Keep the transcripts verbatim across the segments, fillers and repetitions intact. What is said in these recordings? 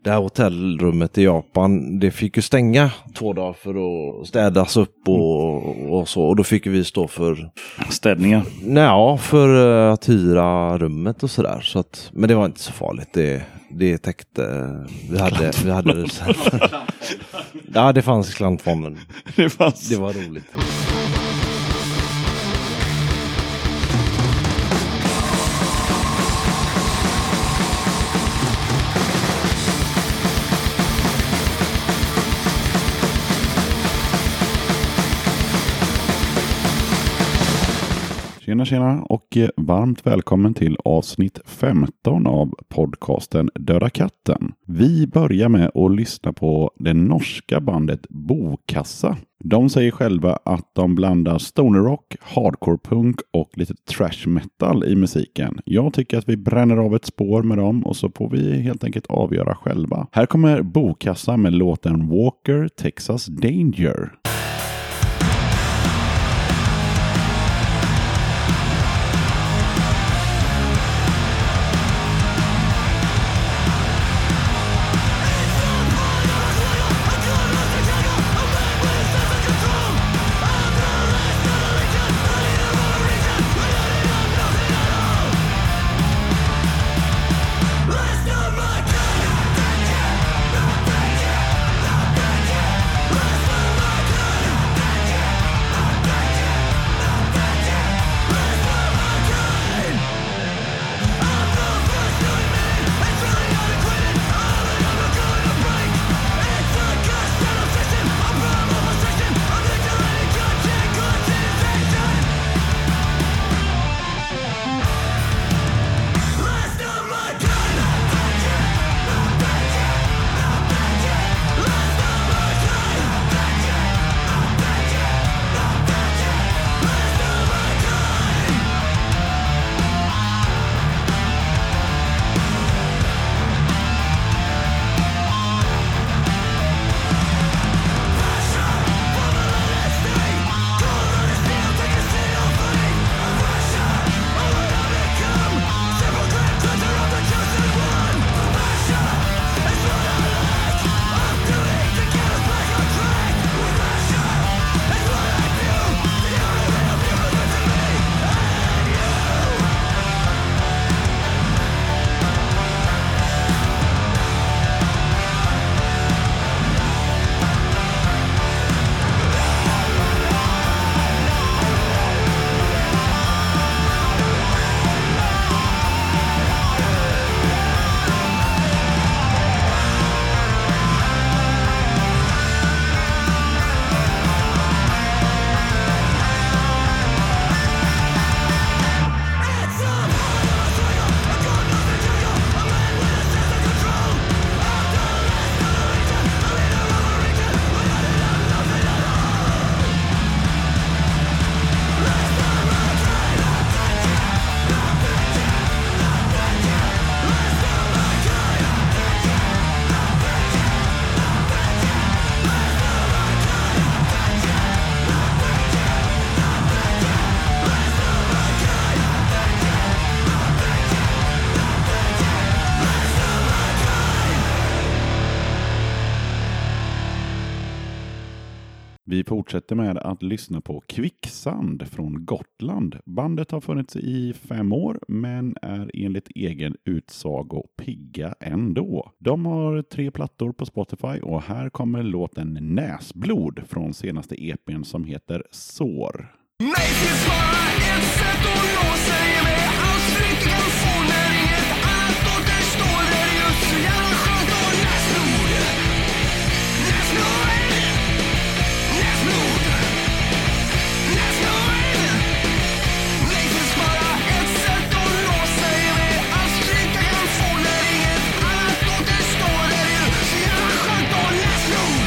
det här hotellrummet i Japan, det fick ju stänga två dagar för att städas upp och, och så. Och då fick vi stå för städningar. Ja, för att hyra rummet och sådär. Så att, men det var inte så farligt. Det, det täckte... Vi hade, vi hade det sen. Ja, det fanns i klantfonden. Det fanns. Det var roligt. Tjena tjena och varmt välkommen till avsnitt femton av podcasten Döda katten. Vi börjar med att lyssna på det norska bandet Bokassa. De säger själva att de blandar stoner rock, hardcore punk och lite trash metal i musiken. Jag tycker att vi bränner av ett spår med dem och så får vi helt enkelt avgöra själva. Här kommer Bokassa med låten Walker Texas Danger. Vi fortsätter med att lyssna på Kvicksand från Gotland. Bandet har funnits i fem år men är enligt egen utsago pigga ändå. De har tre plattor på Spotify och här kommer låten Näsblod från senaste E P:n som heter Sår. Nej, finns bara ett sätt att nå sig med allt vi kan få när inget annat återstår. Det är just så jävla skönt och näsblod. Näsblod. Näsblod. Näsblod. Nej, finns bara ett sätt att nå sig med allt vi kan få när inget annat återstår. Det är just så jävla skönt och näsblod.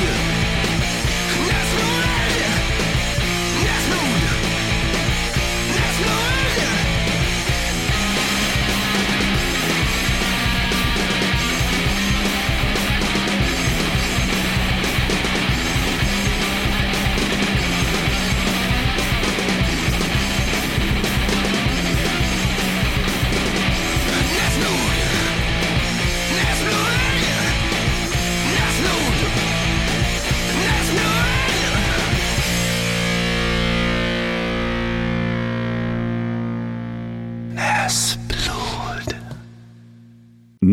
Näsblod. Näsblod.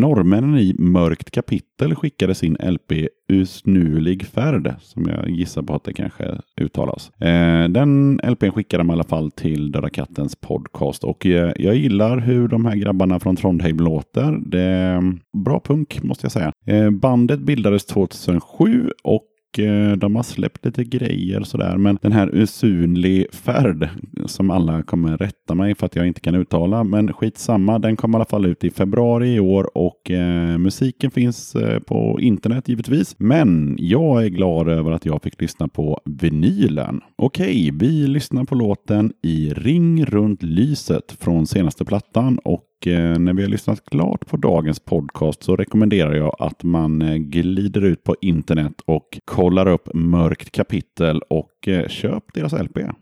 Norrmännen i Mörkt kapitel skickade sin L P Usnulig färd, som jag gissar på att det kanske uttalas. Eh, den L P:n skickade de i alla fall till Döda Kattens podcast, och eh, jag gillar hur de här grabbarna från Trondheim låter. Det är bra punk, måste jag säga. Eh, bandet bildades tjugohundrasju och de har släppt lite grejer sådär, men den här Usynlig färd som alla kommer rätta mig för att jag inte kan uttala, men skitsamma, den kom i alla fall ut i februari i år, och eh, musiken finns eh, på internet givetvis, men jag är glad över att jag fick lyssna på vinylen. Okej, vi lyssnar på låten I ring runt lyset från senaste plattan, och när vi har lyssnat klart på dagens podcast så rekommenderar jag att man glider ut på internet och kollar upp Mörkt kapitel och köp deras L P.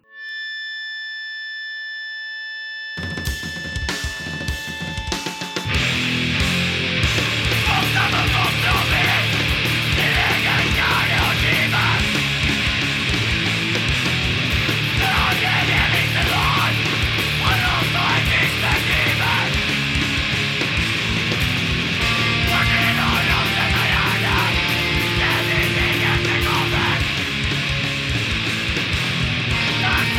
Not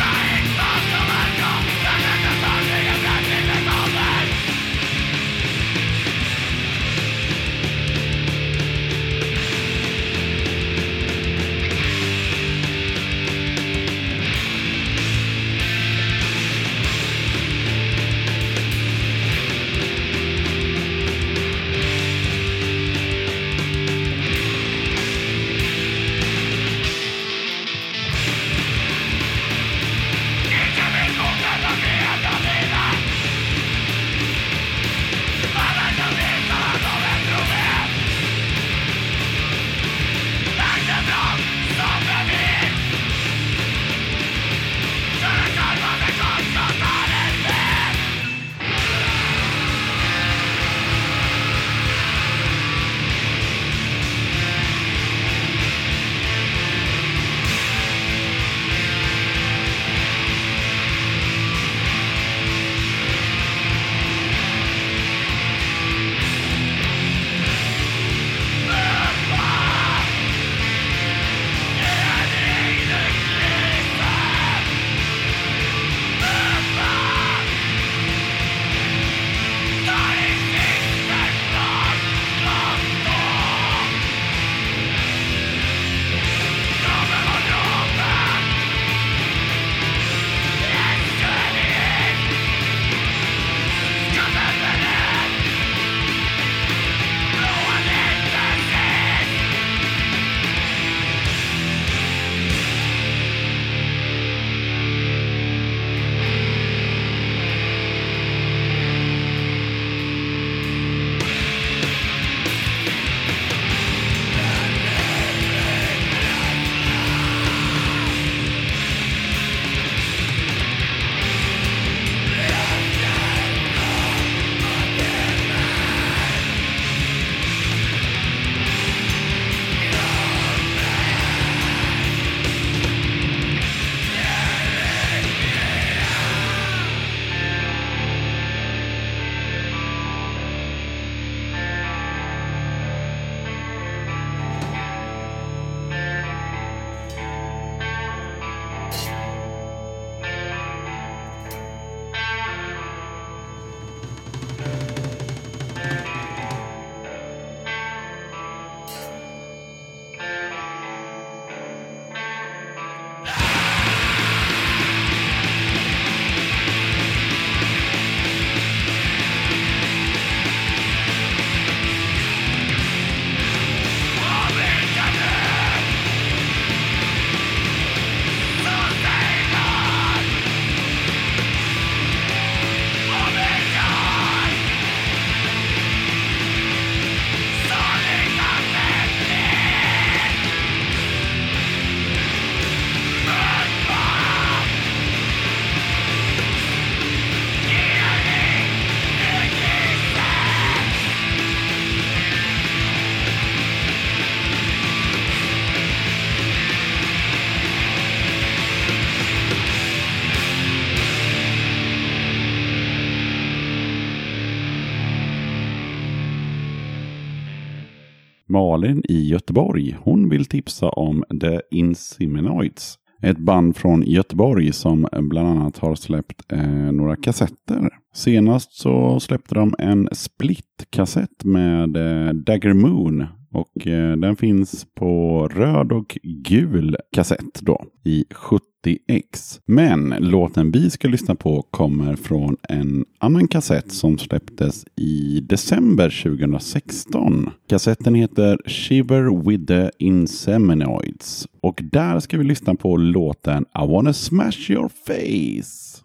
Malin i Göteborg, hon vill tipsa om The Inseminoids. Ett band från Göteborg som bland annat har släppt eh, några kassetter. Senast så släppte de en split-kassett med eh, Dagger Moon. Och eh, den finns på röd och gul kassett då i sjuttio ex. Men låten vi ska lyssna på kommer från en annan kassett som släpptes i december tjugohundrasexton. Kassetten heter Shiver with the Inseminoids. Och där ska vi lyssna på låten I wanna smash your face.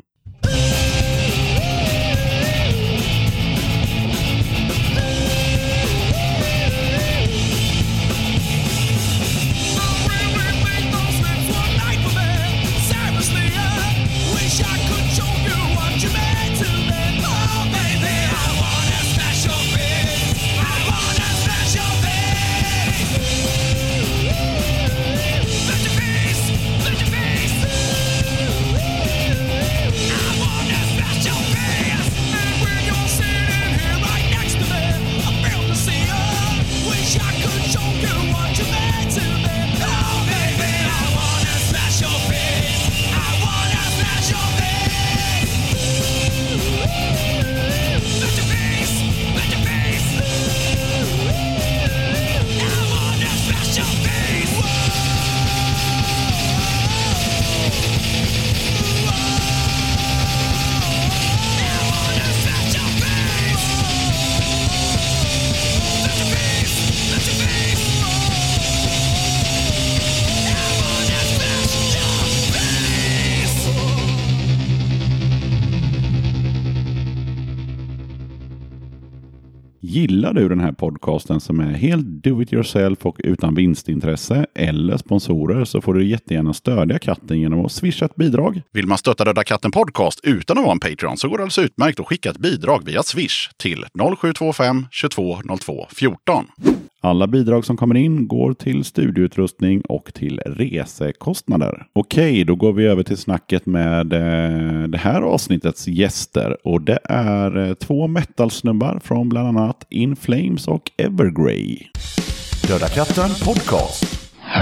Gillar du den här podcasten som är helt do it yourself och utan vinstintresse eller sponsorer, så får du jättegärna stödja katten genom att swisha ett bidrag. Vill man stötta Döda katten podcast utan att vara en Patreon, så går det alltså utmärkt att skicka ett bidrag via Swish till noll sju två fem tjugotvå noll två fjorton. Alla bidrag som kommer in går till studioutrustning och till resekostnader. Okej, då går vi över till snacket med eh, det här avsnittets gäster. Och det är eh, två metalsnubbar från bland annat In Flames och Evergrey. Döda katten podcast.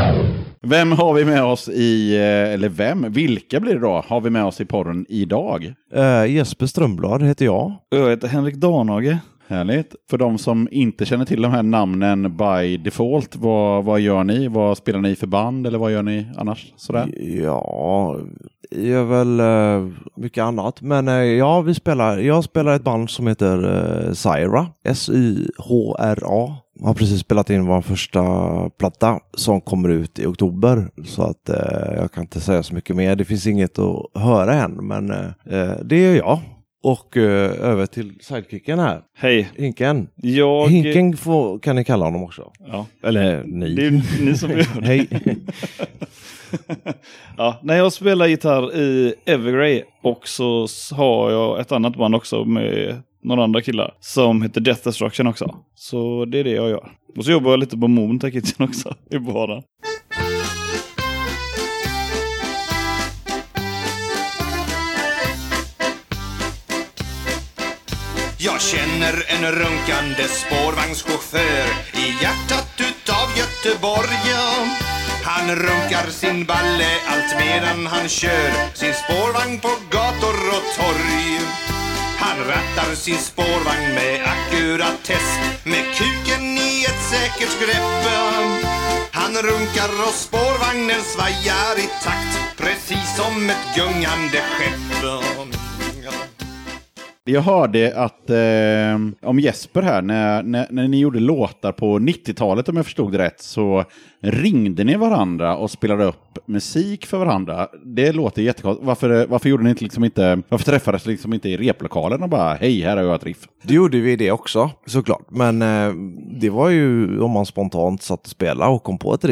Vem har vi med oss i, eh, eller vem, vilka blir det då, har vi med oss i podden idag? Uh, Jesper Strömblad heter jag. Jag heter Henrik Danhage. Härligt. För de som inte känner till de här namnen by default, vad, vad gör ni? Vad spelar ni för band eller vad gör ni annars? Sådär? Ja, jag gör väl uh, mycket annat. Men uh, ja, vi spelar, jag spelar ett band som heter uh, Syra. S Y H R A. Jag har precis spelat in vår första platta som kommer ut i oktober. Så att uh, jag kan inte säga så mycket mer. Det finns inget att höra än, men uh, det gör jag. Och uh, över till sidekicken här. Hej. Hinken. Jag... Hinken får, kan ni kalla honom också. Ja. Eller ni. Det är ni som gör det. Hej. Ja, när jag spelar gitarr i Evergrey, och så har jag ett annat band också med några andra killar som heter Death Destruction också. Så det är det jag gör. Och så jobbar jag lite på Moon Kitchen också i bara. Jag känner en runkande spårvagnschaufför i hjärtat utav Göteborg. Han runkar sin balle allt medan han kör sin spårvagn på gator och torg. Han rattar sin spårvagn med ackuratess, med kuken i ett säkert grepp. Han runkar och spårvagnen svajar i takt, precis som ett gungande skepp. Jag hörde att eh, om Jesper här, när, när, när ni gjorde låtar på nittiotalet, om jag förstod det rätt, så ringde ni varandra och spelade upp musik för varandra. Det låter jättekonstigt. Varför, varför gjorde ni inte liksom inte, varför träffades liksom inte i replokalen och bara, hej, här har jag ett riff? Det gjorde vi det också, såklart. Men eh, det var ju om man spontant satt och spelade och kom på ett riff.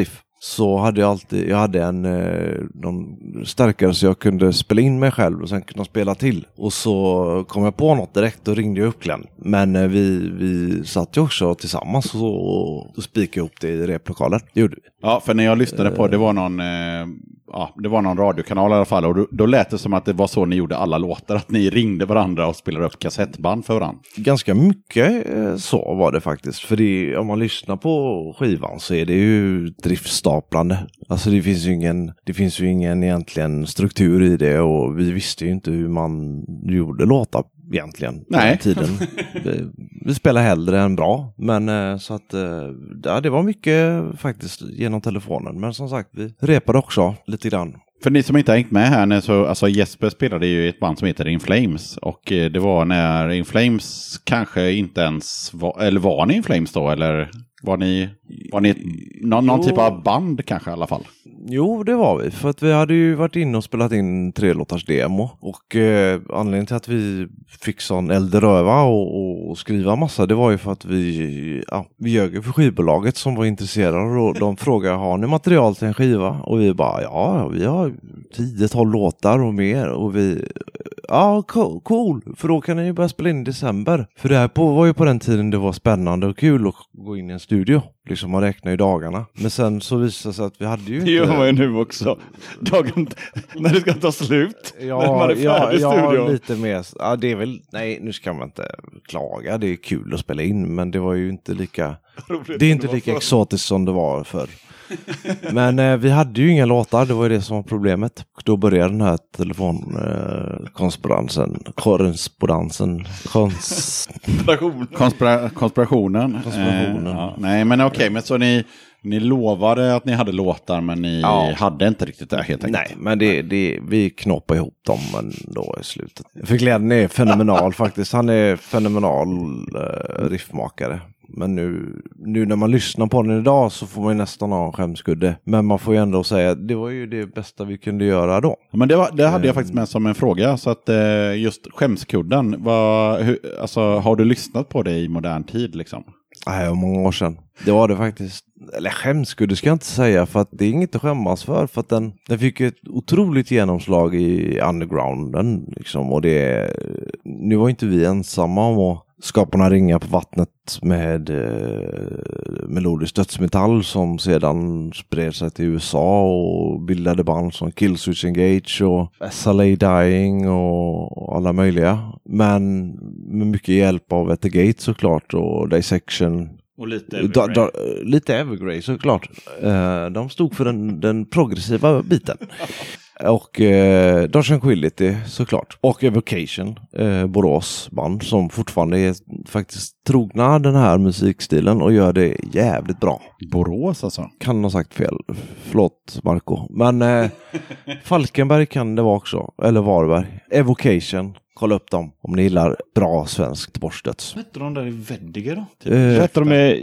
så hade jag alltid, jag hade en eh, någon stärkare så jag kunde spela in mig själv och sen kunde spela till. Och så kom jag på något direkt och ringde jag upp Glenn. Men eh, vi, vi satt ju också tillsammans och, och spikade ihop det i replokalen. Det gjorde vi. Ja, för när jag lyssnade på det var någon... Eh... Ja, det var någon radiokanal i alla fall och då, då lät det som att det var så ni gjorde alla låtar, att ni ringde varandra och spelade upp kassettband för varandra. Ganska mycket så var det faktiskt, för det, om man lyssnar på skivan så är det ju driftstaplande. Alltså det finns ju ingen, det finns ju ingen egentligen struktur i det och vi visste ju inte hur man gjorde låtar egentligen på Nej. den tiden. vi, vi spelar hellre än bra, men så att ja, det var mycket faktiskt genom telefonen, men som sagt vi repade också lite grann. För ni som inte har hängt med här, så, alltså Jesper spelade ju i ett band som heter In Flames och det var när In Flames kanske inte ens var, eller var ni In Flames då, eller var ni, var ni ett, någon, någon typ av band kanske i alla fall? Jo, det var vi. För att vi hade ju varit inne och spelat in tre låtars demo. Och eh, anledningen till att vi fick sån eldröva och, och skriva massa, det var ju för att vi, ja, vi ljög för skivbolaget som var intresserade. Och de frågade, har ni material till en skiva? Och vi bara, ja, vi har tio tolv låtar och mer. Och vi, ja, cool, cool. För då kan ni ju börja spela in i december. För det här på, var ju på den tiden det var spännande och kul att gå in i en studio. Liksom man räknar i dagarna. Men sen så visade det sig att vi hade ju inte... Det gör man ju nu också. Dagen när det ska ta slut. Ja, när man är färdig ja, i studion. ja, lite mer. Ja, det är väl... Nej, nu ska man inte klaga. Det är kul att spela in, men det var ju inte lika... Det är inte lika exotiskt som det var förr. Men eh, vi hade ju inga låtar, det var ju det som var problemet. Då började den här telefonkonspiransen, eh, korrespondensen, kons... Konspira- konspirationen. Konspirationen. Eh, ja. Nej, men okej, okay, men så ni, ni lovade att ni hade låtar, men ni Ja. hade inte riktigt det helt enkelt. Nej, men det, det, vi knoppade ihop dem men då i slutet. För Glenn är fenomenal faktiskt. Han är fenomenal eh, riffmakare. Men nu, nu när man lyssnar på den idag så får man ju nästan ha en skämskudde. Men man får ju ändå säga att det var ju det bästa vi kunde göra då. Men det, var, det hade jag faktiskt med som en fråga. Så att eh, just skämskudden, vad, hur, alltså, har du lyssnat på det i modern tid liksom? Nej, många år sedan. Det var det faktiskt. Eller skämskudde ska jag inte säga, för att det är inget att skämmas för. För att den, den fick ett otroligt genomslag i undergrounden. Liksom, och det, nu var inte vi ensamma om att skapa några ringar på vattnet med eh, melodisk dödsmetall som sedan spred sig till U S A och bildade band som Killswitch Engage och S L A Dying och, och alla möjliga. Men med mycket hjälp av At the Gate såklart och Dissection. Och lite Da, Evergrey. da, lite Evergrey såklart. Eh, de stod för den, den progressiva biten. Och eh, Dodge Tranquility såklart. Och Evocation, eh, Borås band som fortfarande är faktiskt trogna den här musikstilen och gör det jävligt bra. Borås alltså? Kan ha sagt fel. Förlåt Marco. Men eh, Falkenberg kan det vara också. Eller Varberg. Evocation. Kolla upp dem om ni gillar bra svenskt borstdöds. Hette de där i Veddige då? Eh, Hette de med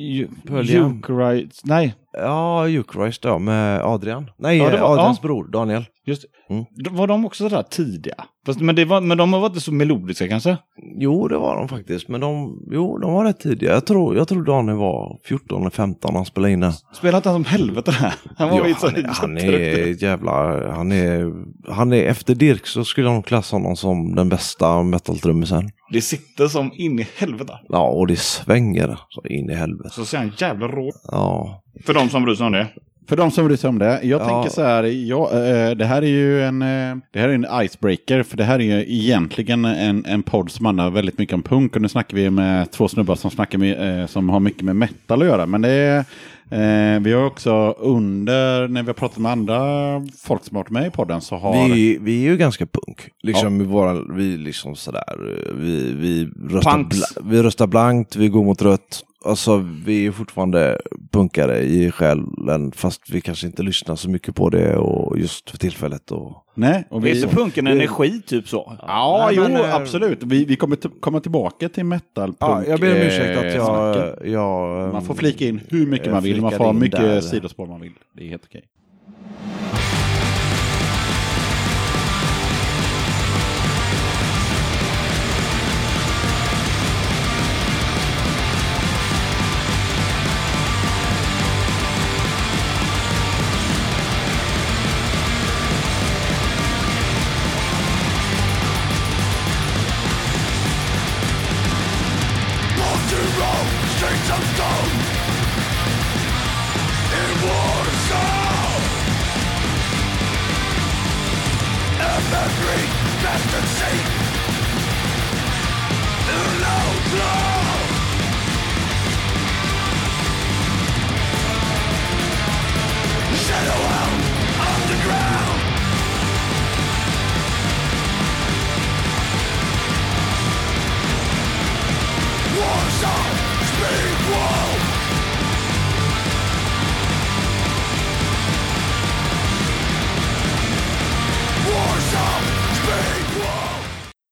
Pearl Jam. Eucharist? Nej, Ja, Eucharist då, med Adrian. Nej, Ja, det var- Adrians ja. bror, Daniel. just det. Mm. Var de också sådär tidiga? Fast, men, det var, men de var inte så melodiska kanske? Jo, det var de faktiskt. Men de, jo, de var rätt tidiga. Jag tror, jag tror Daniel var fjorton eller femton när han spelade in den. Spelade inte han som helvete där? Han var Ja, ju så han, är, han är jävla... Han är, han är, efter Dirk så skulle de klassa honom som den bästa metal-trummisen. Det sitter som in i helvete. Ja, och det svänger så in i helvete. Så ser han jävla rå. Ja. För de som bryr sig om det. För de som bryr sig om det, jag Ja. tänker så här, ja, eh, det här är ju en, eh, det här är en icebreaker, för det här är ju egentligen en, en podd som handlar väldigt mycket om punk, och nu snackar vi med två snubbar som, snackar med, eh, som har mycket med metal att göra, men det är, eh, vi har också under, när vi har pratat med andra folk som har varit med i podden, så har... Vi, vi är ju ganska punk. Liksom, ja. våra, vi liksom sådär, vi, vi, röstar bla, vi röstar blankt, vi går mot rött. Alltså, vi är fortfarande punkare i själen, fast vi kanske inte lyssnar så mycket på det och just för tillfället. Och... Nej, och vi... Är så punken energi typ så? Ja, Nej, jo, men, äh... absolut. Vi, vi kommer t- komma tillbaka till metal, punk, ja, jag ber om ursäkt att jag... snacket. jag Man får flika in hur mycket man vill, man får ha mycket där. Sidospår man vill. Det är helt okej.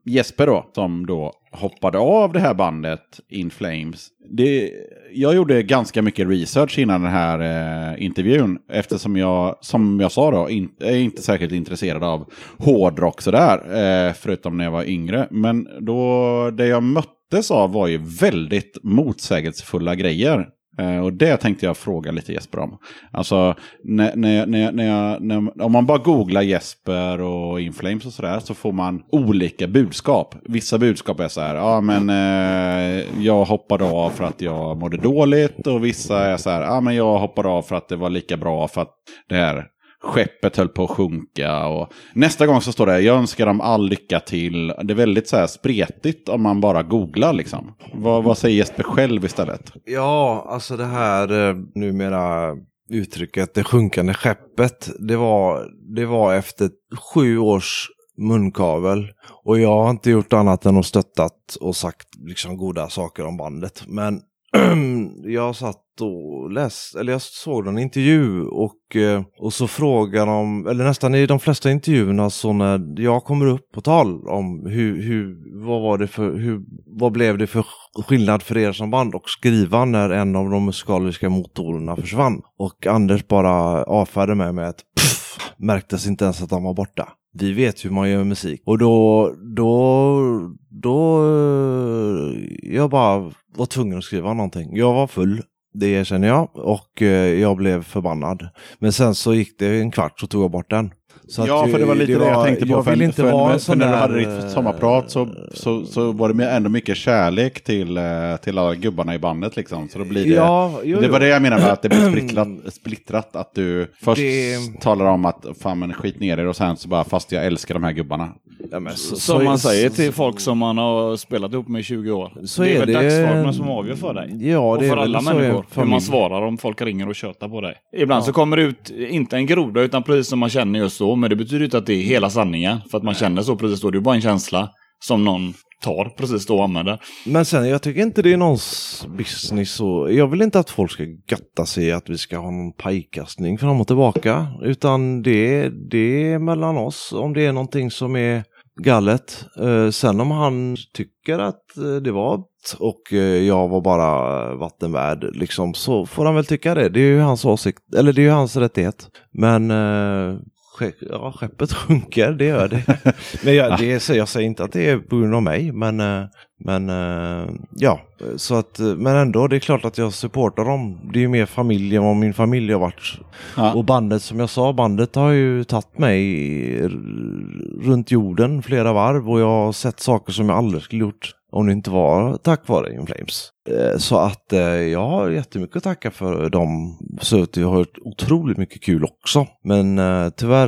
Jesper då, som då hoppade av det här bandet In Flames. Det, jag gjorde ganska mycket research innan den här eh, intervjun. Eftersom jag, som jag sa då, in, är inte särskilt intresserad av hårdrock sådär. Eh, förutom när jag var yngre. Men då, det jag möttes av var ju väldigt motsägelsefulla grejer. Uh, och det tänkte jag fråga lite Jesper om. Alltså, när, när, när, när jag, när, om man bara googlar Jesper och In Flames och sådär, så får man olika budskap. Vissa budskap är så här, ja men uh, jag hoppade av för att jag mådde dåligt. Och vissa är så här, ja men jag hoppade av för att det var lika bra för att det här skeppet höll på att sjunka. Och nästa gång så står det, jag önskar dem all lycka till. Det är väldigt så här spretigt om man bara googlar liksom. Vad, vad säger Jesper själv istället? Ja, alltså det här eh, numera uttrycket, det sjunkande skeppet, det var, det var efter sju års munkavel. Och jag har inte gjort annat än att stöttat och sagt liksom goda saker om bandet. Men jag satt och läste, eller jag såg en intervju och, och så frågar de, eller nästan i de flesta intervjuerna, så när jag kommer upp på tal om hur, hur vad var det för, hur, vad blev det för skillnad för er som band och skriva när en av de musikaliska motorerna försvann. Och Anders bara avfärdade mig med ett pff, märktes inte ens att han var borta. Vi vet hur man gör musik. Och då, då, då, jag bara var tvungen att skriva någonting. Jag var full, det erkänner jag. Och jag blev förbannad. Men sen så gick det en kvart så tog jag bort den. Så ja, att, för det var lite det, det var, jag tänkte på. Jag vill för, inte för, vara för, en sån för när där, du hade ditt sommarprat så, så, så var det ändå mycket kärlek till, till alla gubbarna i bandet liksom. Så då blir det, ja, jo, det var jo. det jag menade med att det blir splittrat, splittrat. Att du först Det- talar om att fan men skit ner er och sen så bara fast jag älskar de här gubbarna. Ja, men så, Som så- man säger så- till folk som man har spelat ihop med i tjugo år. Så det är, är väl det- dagsformen som avgör för dig. Ja, och det är för väl alla så i en människor. Hur familj. man svarar om folk ringer och tjötar på dig. Ibland så kommer det ut, inte en groda utan precis som man känner just då. Men det betyder inte att det är hela sanningen. För att man känner så precis då. Det är bara en känsla som någon tar precis då och använder. Men sen, jag tycker inte det är någons business. Och jag vill inte att folk ska götta sig att vi ska ha någon pajkastning fram och tillbaka. Utan det, det är mellan oss. Om det är någonting som är galet. Eh, sen om han tycker att eh, det var och eh, jag var bara vattenvärd liksom, så får han väl tycka det. Det är ju hans åsikt, eller det är ju hans rättighet. Men eh, ske- ja, skeppet sjunker, det gör det. Men jag, det är, jag säger inte att det är på grund av mig, men, eh, men eh, ja, så att, men ändå, det är klart att jag supportar dem. Det är ju mer familj än vad min familj har varit. Ja. Och bandet, som jag sa, bandet har ju tagit mig r- runt jorden flera varv och jag har sett saker som jag aldrig skulle gjort om det inte var tack vare In Flames. Eh, Så att eh, jag har jättemycket att tacka för dem. Så att jag har hört otroligt mycket kul också. Men eh, tyvärr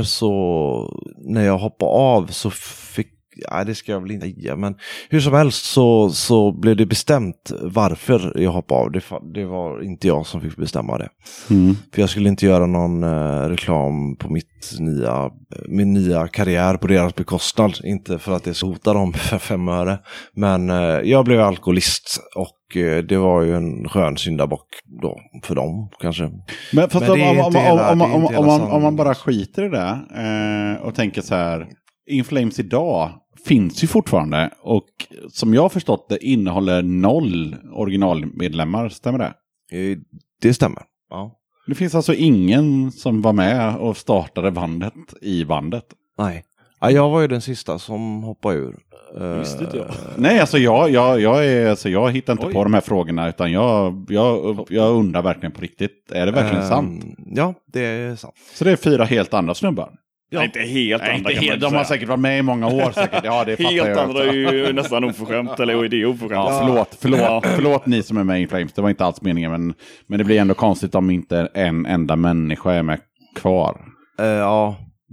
så när jag hoppade av så fick, ja, det ska jag väl inte säga, men hur som helst så, så blev det bestämt varför jag hoppade av. Det, fa- det var inte jag som fick bestämma det. Mm. För jag skulle inte göra någon eh, reklam på mitt nya, min nya karriär på deras bekostnad. Inte för att det så hotar dem för fem öre. Men eh, jag blev alkoholist och eh, det var ju en skön syndabock då för dem kanske. Men fast Men om, det är om, om, inte om, hela- om, det är om, inte om, hela man, om sanningen. man bara skiter i det eh, och tänker så här, In Flames idag finns ju fortfarande och som jag har förstått det innehåller noll originalmedlemmar, stämmer det? Eh, Det stämmer. Ja. Det finns alltså ingen som var med och startade bandet i bandet. Nej. Ja, jag var ju den sista som hoppade ur. Eh, Visste inte jag. Nej, alltså jag, jag, jag, är, alltså jag hittar inte Oj. på de här frågorna utan jag, jag, jag undrar verkligen på riktigt. Är det verkligen eh, sant? Ja, det är sant. Så det är fyra helt andra snubbar? Ja. Inte helt Nej, andra inte kan man helt, inte de har säga. säkert varit med i många år säkert. Ja, det fattar Helt jag andra också. är ju nästan oförskämt. Eller det är oförskämt. Ja, förlåt, förlåt, Ja. förlåt ni som är med i In Flames. Det var inte alls meningen, men, men det blir ändå konstigt om inte en enda människa är med kvar. Eh, ja,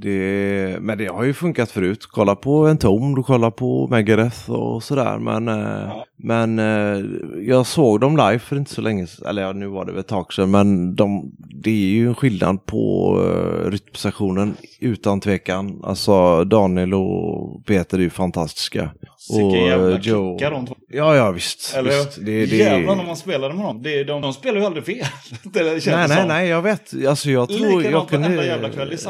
det, men det har ju funkat förut. Kolla på Entombed, kolla på Megadeth och sådär. Men, eh, men eh, jag såg dem live för inte så länge sedan. Eller ja, nu var det väl ett tag sedan. Men de, det är ju en skillnad på uh, rytmsektionen utan tvekan. Alltså Daniel och Peter är ju fantastiska. Vilka och jävla eh, Joe. kickar de två. Ja, ja visst. Eller visst. Det, det, jävlar när man spelade med dem. Det, de, de spelar ju aldrig fel. Det känns nej, nej, som. nej, jag vet. Alltså jag tror Likadant jag kunde... varenda jävla kväll. Det satt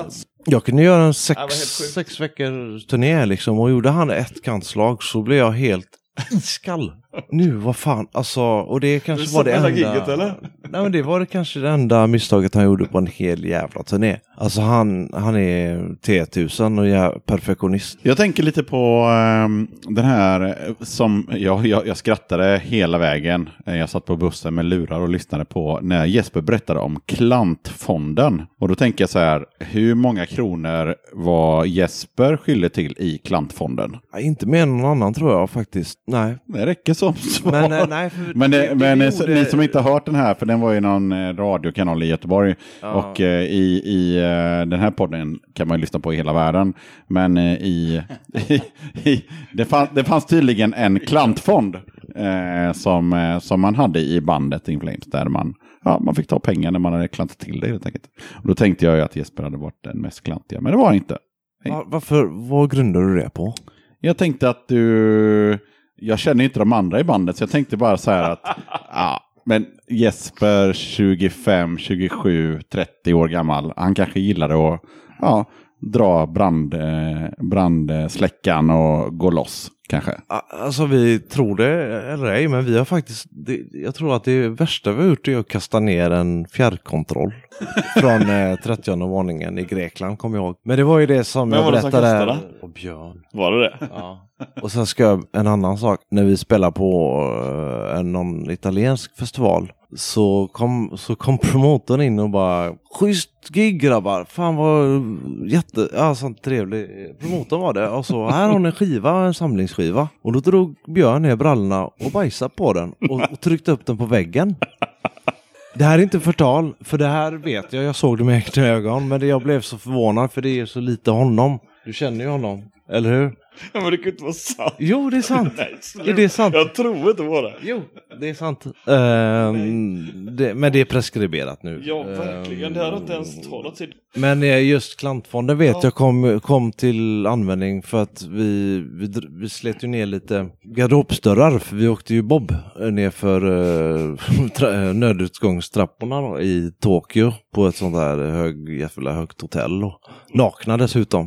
Jag kunde göra en sex, Ja, det var helt sjukt. sex veckors turné liksom, och gjorde han ett kantslag så blev jag helt iskall. Nu, vad fan, alltså, och det kanske Du var det såg hela enda... gigget, eller? Nej, men det var det kanske det enda misstaget han gjorde på en hel jävla turné. Alltså han, han är T tusen och är perfektionist. Jag tänker lite på um, den här som jag, jag, jag skrattade hela vägen. Jag satt på bussen med lurar och lyssnade på när Jesper berättade om Klantfonden. Och då tänker jag så här, hur många kronor var Jesper skyldig till i Klantfonden? Ja, inte mer än någon annan tror jag faktiskt. Nej. Det räcker som svar. Men, eh, nej, för Men, det, det- det men gjorde- ni som inte har hört den här, för den var ju någon eh, radiokanal i Göteborg. Ja. Och eh, i, i eh, den här podden kan man ju lyssna på i hela världen. Men eh, i, i, i det, fann, det fanns tydligen en klantfond eh, som, eh, som man hade i bandet In Flames. Där man, ja, man fick ta pengar när man hade klantat till det helt enkelt. Och då tänkte jag ju att Jesper hade varit den mest klantiga. Men det var han inte. Va- Varför, vad grundar du det på? Jag tänkte att du... Jag känner inte de andra i bandet, så jag tänkte bara så här att... ja, men Jesper, tjugofem, tjugosju, trettio år gammal. Han kanske gillade att ja, dra brand, eh, brandsläckan och gå loss, kanske. Alltså vi tror det eller ej, men vi har faktiskt... Det, jag tror att det värsta vi har gjort är att kasta ner en fjärrkontroll från eh, trettionde våningen i Grekland, kommer jag ihåg. Men det var ju det som Men jag var det som berättade. kastade? Och Björn. Var det det? Ja. Och sen ska jag en annan sak. När vi spelar på uh, en någon italiensk festival så kom, så kom promotorn in och bara schysst gig grabbar. Fan vad jätte, ja, sånt trevlig promotorn var det. Och så här har ni en skiva, en samlingsskiva. Och då drog Björn ner brallorna och bajsade på den och, och tryckte upp den på väggen. Det här är inte förtal, för det här vet jag, jag såg det med egna ögon, men det, jag blev så förvånad för det är så lite honom. Du känner ju honom, eller hur? Ja, men det kan inte vara sant. Jo, det är sant. Nej, Är det sant? Jag tror inte på det. Jo, det är sant. Ehm, det, men det är preskriberat nu. Ja, verkligen. Det här har inte Ehm, ens talat till. Men eh, just Klantfonden vet jag kom, kom till användning för att vi, vi, dr- vi slet ju ner lite garderobsdörrar. För vi åkte ju bob ner för uh, tra- nödutgångstrapporna då, i Tokyo på ett sånt där hög, jävla högt hotell. Och nakna dessutom.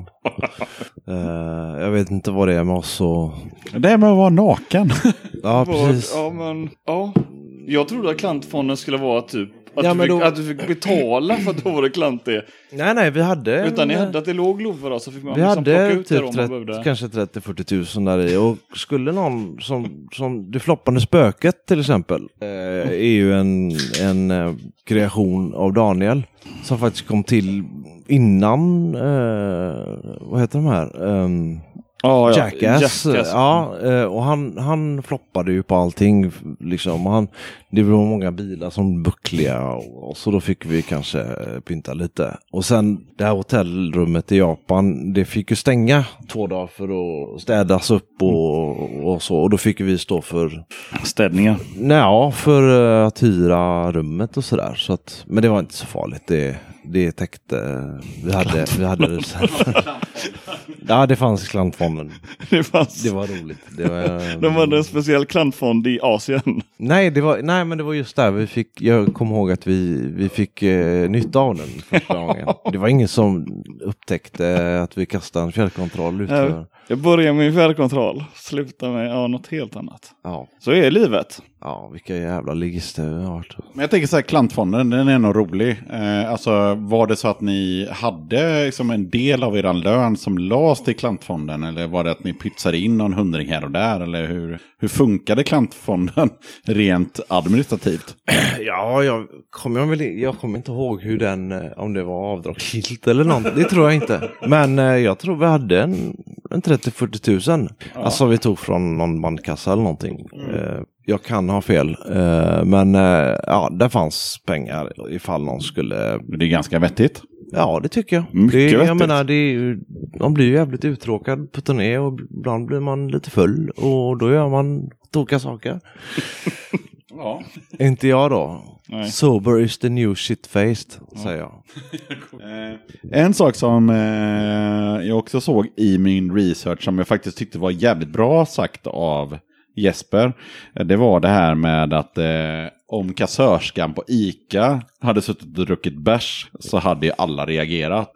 uh, jag vet inte vad det är med oss. Och... Det är med att vara naken. Ja, precis. Ja, men... Ja. Jag trodde att klantfonden skulle vara typ... Att, Ja, du, men fick, då- att du fick betala för att då var det klant det. Nej, nej, vi hade... Utan ni hade att det låg lover så fick man Vi liksom plocka hade ut det typ om man trettio, behövde. kanske trettio till fyrtio tusen där i. Och skulle någon som, som det floppande spöket till exempel eh, är ju en, en eh, kreation av Daniel som faktiskt kom till innan eh, vad heter de här? Um, Ja, ja. Jackass. Jackass. Ja, eh, och han, han floppade ju på allting liksom. Han, det var många bilar som buckliga och, och så då fick vi kanske pynta lite. Och sen det här hotellrummet i Japan, det fick ju stänga två dagar för att städas upp och, och så. Och då fick vi stå för Städningar. nej, för eh, att hyra rummet och sådär. Så att, men det var inte så farligt. Det, det täckte, vi hade, vi hade det så här. Ja, det fanns i Klantfonden. Det fanns. Det var roligt. Det var, De hade en speciell klantfond i Asien. nej, det var, nej, men det var just där vi fick, jag kommer ihåg att vi, vi fick eh, nytta av den första gången. Det var ingen som upptäckte att vi kastade en fjärrkontroll ut för, Jag börjar med fjärrkontroll. Slutar med ja, något helt annat. ja, Så är livet. ja, vilka jävla ligister vi har varit. Men jag tänker så här, klantfonden, den är nog rolig. Eh, alltså, var det så att ni hade liksom en del av er lön som lades till klantfonden? Eller var det att ni pytsade in någon hundring här och där? Eller hur, hur funkade klantfonden rent administrativt? Ja, jag kommer, jag, väl, jag kommer inte ihåg hur den, eh, om det var avdragsgillt eller något. Det tror jag inte. Men eh, jag tror vi hade en, en trettio till fyrtio tusen. Ja. Alltså vi tog från någon bandkassa eller någonting. Mm. Eh, jag kan ha fel. Eh, men eh, ja, det fanns pengar ifall någon skulle... Det är ganska vettigt. Ja, det tycker jag. Mycket det, jag vettigt. menar, det är ju, man blir ju jävligt uttråkad på turné och ibland blir man lite full och då gör man tokiga saker. Ja. Inte jag då. Nej. Sober is the new shit-faced, ja. Säger jag. Eh, en sak som eh, jag också såg i min research som jag faktiskt tyckte var jävligt bra sagt av Jesper. Det var det här med att eh, om kassörskan på ICA hade suttit och druckit bärs så hade ju alla reagerat.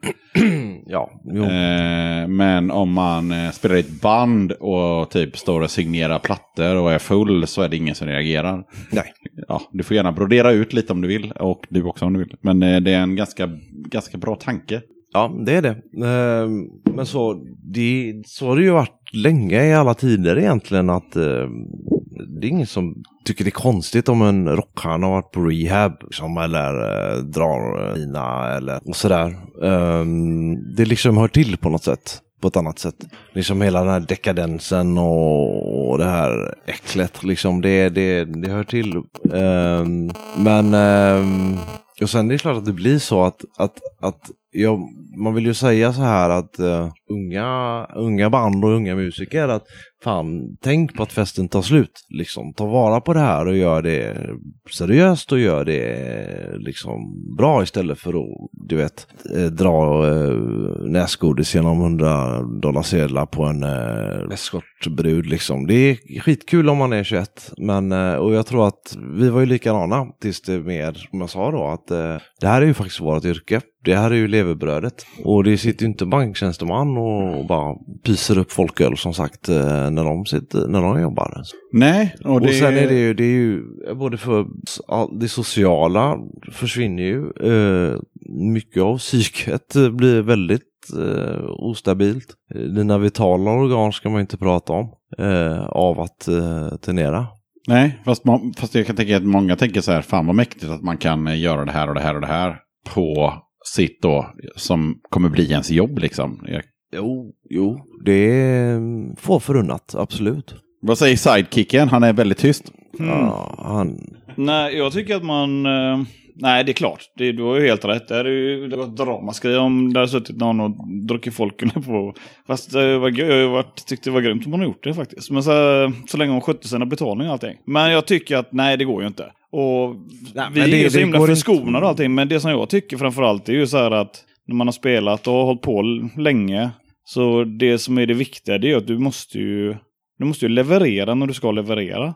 Ja, jo. Eh, men om man eh, spelar i ett band och typ står och signerar plattor och är full så är det ingen som reagerar. Nej. Ja, du får gärna brodera ut lite om du vill och du också om du vill. Men eh, det är en ganska, ganska bra tanke. Ja, det är det. Eh, men så, det, så har det ju varit länge i alla tider egentligen att eh, det är ingen som tycker det är konstigt om en rockstjärna har varit på rehab liksom, eller eh, drar lina eller och sådär. Eh, det liksom hör till på något sätt. På ett annat sätt. Liksom hela den här dekadensen och, och det här äcklet. Liksom det, det, det hör till. Eh, men eh, och sen är det klart att det blir så att, att, att ja, man vill ju säga så här att uh, unga, unga band och unga musiker att fan, tänk på att festen tar slut. Liksom, ta vara på det här och gör det seriöst och gör det liksom bra istället för att, du vet, eh, dra eh, näsgodis genom hundra dollar sedlar på en eh, eskortbrud liksom. Det är skitkul om man är tjugoett, men eh, och jag tror att vi var ju likadana tills det mer, som jag sa då, att eh, det här är ju faktiskt vårt yrke. Det här är ju levebrödet. Och det sitter ju inte banktjänsteman och bara pyser upp folköl som sagt när de, sitter, när de jobbar. Nej. Och, det... och sen är det ju, det är ju både för det sociala försvinner ju. Eh, mycket av psyket blir väldigt eh, ostabilt. Dina vitala organ ska man inte prata om eh, av att eh, turnera. Nej, fast, man, fast jag kan tänka att många tänker så här, fan vad mäktigt att man kan göra det här och det här och det här på sitt då, som kommer bli ens jobb liksom. Jag... Jo, jo, det är få förunnat, absolut. Vad säger sidekicken? Han är väldigt tyst. Mm. Ja, han... Nej, jag tycker att man... Eh, nej, det är klart. Det, du har ju helt rätt. Det är ju det var ett dramaskri om där suttit någon och druckit folken på. Fast det var, jag har varit, tyckte det var grymt om man har gjort det faktiskt. Men så, så länge hon skötte sina betalningar och allting. Men jag tycker att nej, det går ju inte. Och nej, vi är det, ju så det himla förskonade och inte. allting. Men det som jag tycker framförallt är ju så här att när man har spelat och hållit på länge, så det som är det viktiga, det är att du måste ju du måste ju leverera när du ska leverera.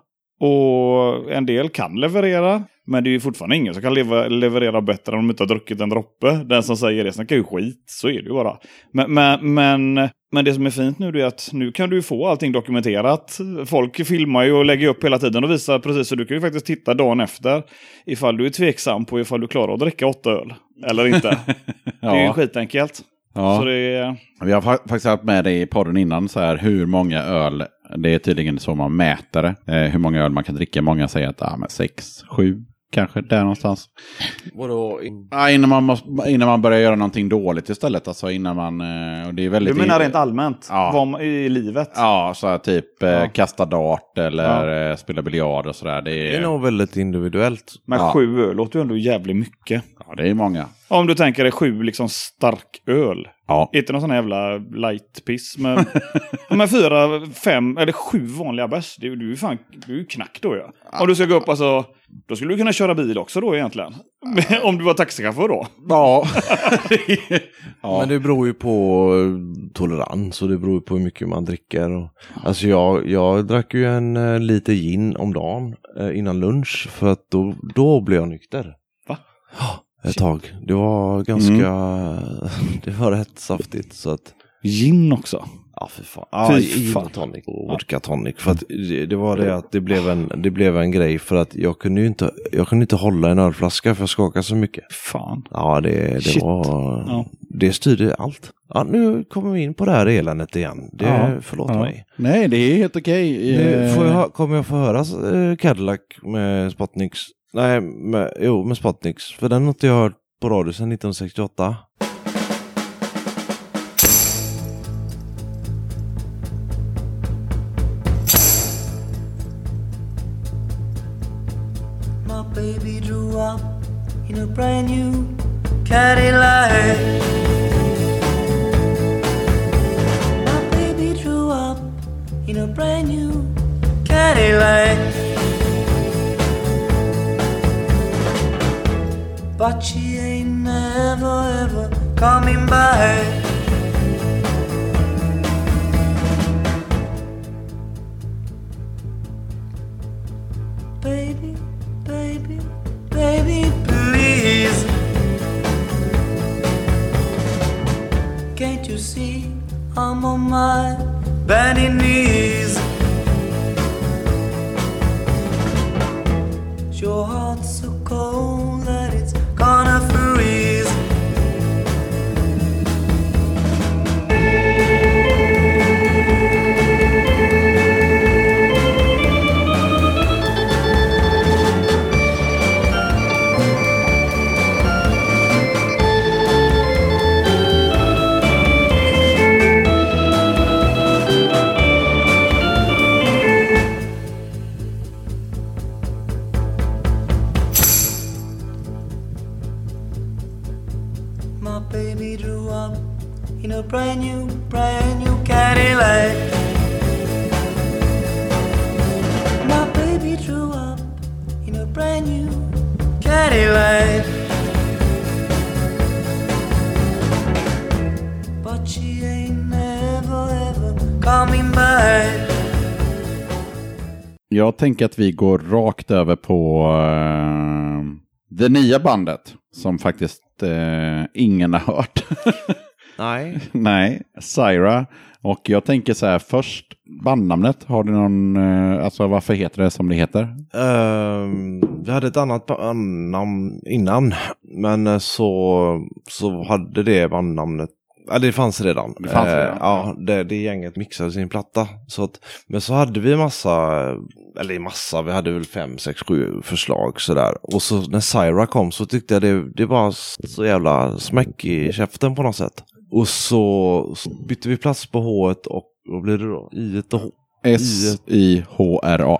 Och en del kan leverera, men det är ju fortfarande ingen som kan leva, leverera bättre om de inte har druckit en droppe. Den som säger det snackar ju skit, så är det ju bara. Men, men, men, men det som är fint nu är att nu kan du få allting dokumenterat. Folk filmar ju och lägger upp hela tiden och visar precis, så du kan ju faktiskt titta dagen efter ifall du är tveksam på ifall du klarar att dricka åtta öl eller inte. Ja. Det är ju skitenkelt. Ja. Så det är... Vi har faktiskt haft med dig i podden innan så här, hur många öl, det är tydligen så man mäter det, eh, hur många öl man kan dricka. Många säger att ah, men sex, sju, kanske där någonstans. Vadå? Ja, innan, man måste, innan man börjar göra någonting dåligt istället, alltså innan man, och det är väldigt... Du menar rent allmänt? Ja. Vad i livet? Ja, så här, typ eh, Ja. kasta dart eller eh, spela biljard och sådär. Det är, Det är nog väldigt individuellt. Men Ja. sju öl låter ju ändå jävligt mycket. ja, det är många. Om du tänker dig sju liksom stark öl. Ja. Inte någon sån här jävla light-piss. Men, men fyra, fem eller sju vanliga bärs. Det är du är ju fan, du är ju knack då ja. Om du ska gå upp alltså, då skulle du kunna köra bil också då egentligen. Om du var taxichaufför då. Ja. ja. Men det beror ju på tolerans och det beror ju på hur mycket man dricker. Och, alltså jag, jag drack ju en uh, lite gin om dagen uh, innan lunch för att då, då blev jag nykter. Va? Ja, ett tag. Det var ganska, det var rätt saftigt så att... Gin också. Ja, för fan. Ja, Fy gin fan. och tonic och vodka tonic. För att det, det var det att det blev, en, det blev en grej för att jag kunde ju inte, jag kunde inte hålla en ölflaska för jag skakade så mycket. Fan. Ja, det, det Shit. var... Ja. Det styrde allt. Ja, nu kommer vi in på det här eländet igen. Det, Ja. förlåt Ja. mig. Nej, det är helt okej. Nu Eh, får jag, kommer jag få höra eh, Cadillac med Spotniks. Nej, med, jo, med Spotniks. För den har inte jag hört på radio sedan nittonhundrasextioåtta. My baby drew up in a brand new Cadillac. My baby drew up in a brand new Cadillac. But she ain't never ever coming back. Baby, baby, I'm on my bending knees. Your heart's so cold that it's gonna freeze. My baby drew up in a brand new, brand new Cadillac. My baby drew up in a brand new Cadillac. But she ain't never ever coming back. Jag tänker att vi går rakt över på uh, det nya bandet som faktiskt uh, ingen har hört. Nej. Nej, Syra. Och jag tänker så här, först bandnamnet, har du någon, uh, alltså varför heter det som det heter? Uh, vi hade ett annat bandnamn innan, men så, så hade det bandnamnet. Ja, det fanns redan. Det fanns redan. Eh, ja, det, det gänget mixade sin platta. Så att, men så hade vi massa, eller massa, vi hade väl fem, sex, sju förslag sådär. Och så när Syra kom så tyckte jag det, det var så jävla smäck i käften på något sätt. Och så, så bytte vi plats på H-et och vad blir det då? I och H. S I H R A.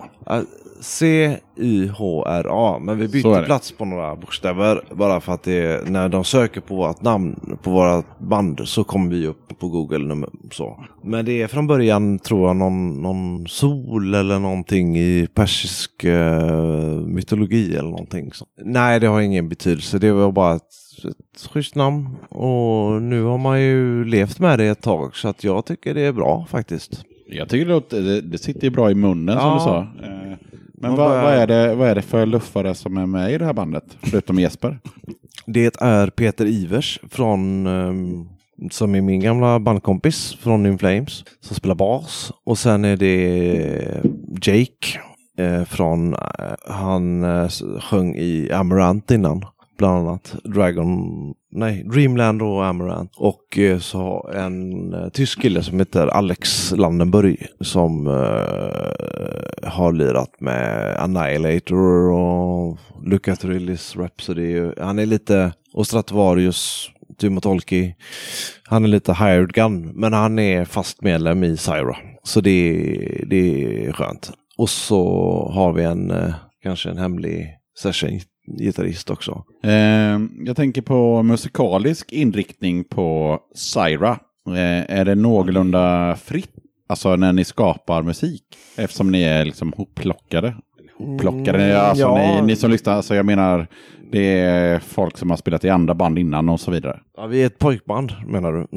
C I H R A. Men vi bytte plats på några bokstäver. Bara för att det, när de söker på vårt namn på våra band så kommer vi upp på Google nummer, så. Men det är från början, tror jag, någon, någon sol eller någonting i persisk uh, mytologi eller någonting. Så. Nej, det har ingen betydelse. Det var bara ett, ett schysst namn. Och nu har man ju levt med det ett tag, så att jag tycker det är bra faktiskt. Jag tycker det, låter, det, det sitter bra i munnen, ja, som du sa. Men vad, vad, vad, är det, vad är det för luffare som är med i det här bandet? Förutom Jesper. Det är Peter Ivers från, um, som är min gamla bandkompis från In Flames, som spelar bas. Och sen är det Jake eh, från, eh, han eh, sjöng i Amaranth innan. Bland annat Dragon, nej, Dreamland och Amaranth. Och eh, så en eh, tysk kille som heter Alex Landenburg som eh, har lirat med Annihilator och Luca Turillis Rhapsody. Han är lite, och Stratovarius, Timo Tolki. Han är lite hired gun, men han är fast medlem i Syra. Så det, det är skönt. Och så har vi en, eh, kanske en hemlig session gitarrist också. Eh, jag tänker på musikalisk inriktning på Syra. Eh, är det någorlunda fritt? Alltså när ni skapar musik? Eftersom ni är liksom hopplockade. Hopplockade, mm, alltså ja. ni, ni som lyssnar, alltså jag menar, det är folk som har spelat i andra band innan och så vidare. Ja, vi är ett pojkband, menar du?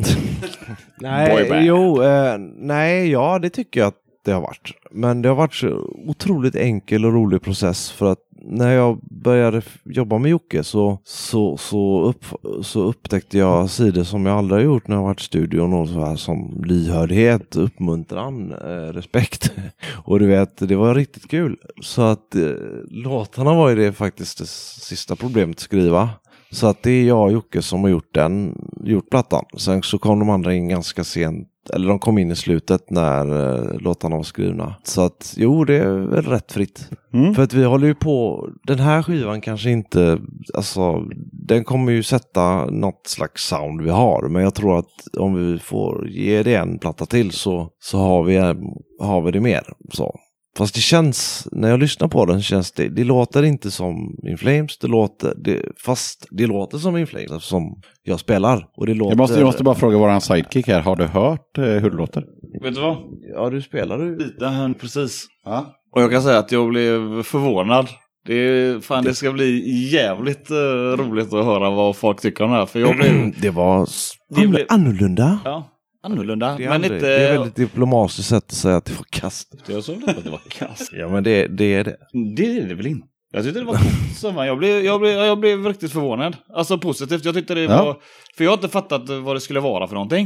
Nej, jo, eh, nej, ja, det tycker jag att det har varit. Men det har varit så otroligt enkel och rolig process, för att när jag började jobba med Jocke så, så, så, upp, så upptäckte jag sidor som jag aldrig har gjort när jag har varit i studion, och så här som lyhördhet, uppmuntran, eh, respekt. Och du vet, det var riktigt kul. Så att eh, låtarna var ju det faktiskt det sista problemet att skriva. Så att det är jag och Jocke som har gjort den, gjort plattan. Sen så kom de andra in ganska sent. Eller de kom in i slutet när eh, låtarna var skrivna. Så att jo, det är väl rätt fritt. Mm. För att vi håller ju på, den här skivan kanske inte, alltså den kommer ju sätta något slags sound vi har. Men jag tror att om vi får ge det en platta till så, så har, vi, har vi det mer. Så. Fast det känns, när jag lyssnar på den känns det, det låter inte som In Flames, det låter, det, fast det låter som In Flames som jag spelar. Och det låter... jag, måste, jag måste bara fråga våran sidekick här, har du hört eh, hur det låter? Vet du vad? Ja, du spelar ju lite här precis. Ja. Och jag kan säga att jag blev förvånad. Det, är, fan, det ska bli jävligt uh, roligt att höra vad folk tycker om det här. För jag blev... det var det blev... annorlunda. Ja. Annorlunda, det är, men aldrig, inte... det är väldigt diplomatiskt sätt att säga att det var kast. Jag såg inte att det var kast. Ja, men det, det är det. Det är det väl inte. Jag tyckte det var coolt. Jag blev, jag, blev, jag blev riktigt förvånad. Alltså positivt. Jag tyckte det ja. var... För jag har inte fattat vad det skulle vara för någonting.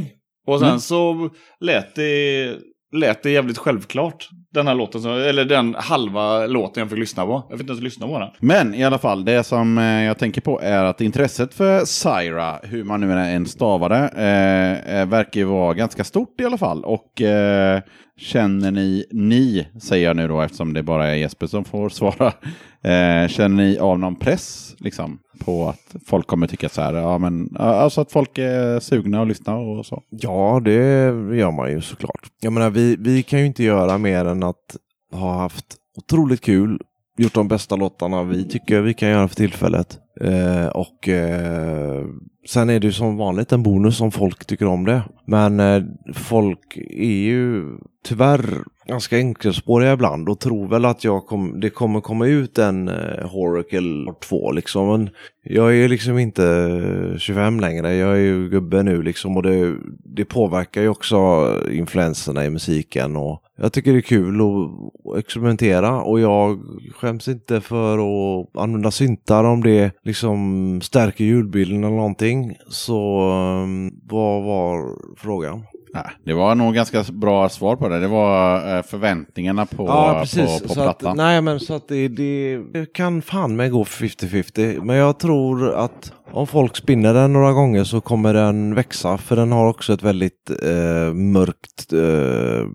Och sen Mm. så lät det, lät det jävligt självklart. Den här låten, så- eller den halva låten jag fick lyssna på. Jag fick inte ens lyssna på den. Men i alla fall, det som eh, jag tänker på är att intresset för Syra, hur man nu än stavade, eh, eh, verkar ju vara ganska stort i alla fall. Och eh, känner ni, ni säger jag nu då eftersom det bara är Jesper som får svara, eh, känner ni av någon press liksom på att folk kommer tycka så här, ja men alltså att folk är sugna att lyssna och så? Ja, det gör man ju såklart. Jag menar, vi, vi kan ju inte göra mer än att ha haft otroligt kul, gjort de bästa låtarna vi tycker vi kan göra för tillfället. Eh, och eh, sen är det ju som vanligt en bonus om folk tycker om det. Men eh, folk är ju tyvärr ganska enkelspåriga ibland och tror väl att jag kom, det kommer komma ut en eh, Horacle två liksom. Men jag är liksom inte tjugofem längre, jag är ju gubbe nu liksom, och det, det påverkar ju också influenserna i musiken, och jag tycker det är kul att experimentera, och jag skäms inte för att använda syntar om det liksom stärker ljudbilden eller någonting. Så um, vad var frågan? Nej, det var nog ganska bra svar på det. Det var eh, förväntningarna på, Ja, precis. på, på så plattan. att, nej, men så att det, det, det kan fan med gå för femtio femtio. Men jag tror att om folk spinner den några gånger så kommer den växa. För den har också ett väldigt eh, mörkt, eh,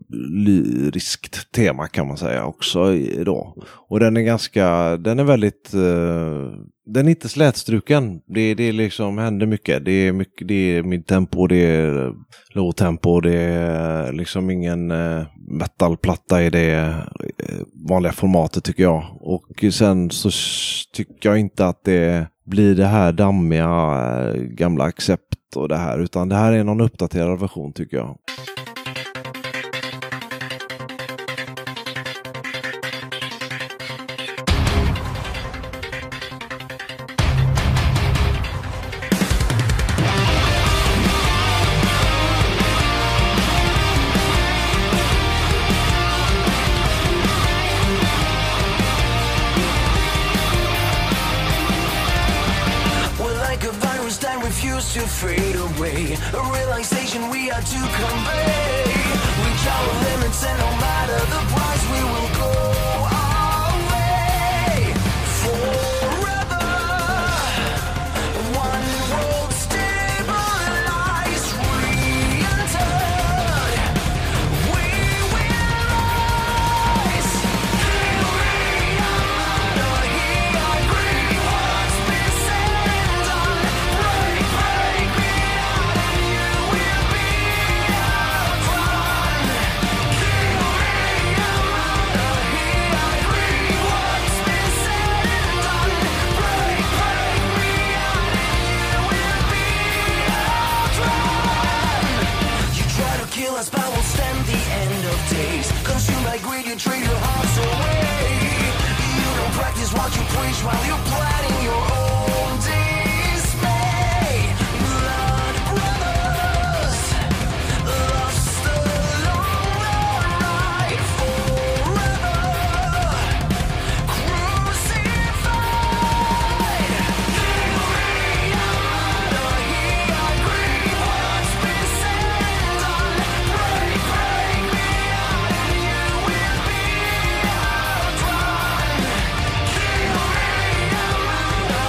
lyriskt tema kan man säga också då. Och den är ganska, den är väldigt... Eh, den är inte slätstruken. Det, det liksom händer mycket. Det är mycket, det är midtempo, det är low tempo, det är liksom ingen eh, metalplatta i det eh, vanliga formatet tycker jag. Och sen så tycker jag inte att det blir det här dammiga eh, gamla accept och det här, utan det här är någon uppdaterad version tycker jag. To fade away, a realization we are to convey. Reach our limits and no matter the price we will go our way. Forever, one world stabilized, re-entered. We will rise. Kill me, I'm out of here. I agree, what's been said and done. Break, break me out and you will be outrun. Kill me, I'm out of here. I agree, what's been said and done. Break, break me out and you will be outrun. You try to kill us but we'll stand the end of days. Consumed by greed, you trade your hearts away. You don't practice what you preach while you're planning your own dismay. Blood brothers, lost along the ride forever. Crucified. Kill me, I'm out of here. I agree, what's been said and done. Break, break me out and you will be outrun. Kill me, I'm out of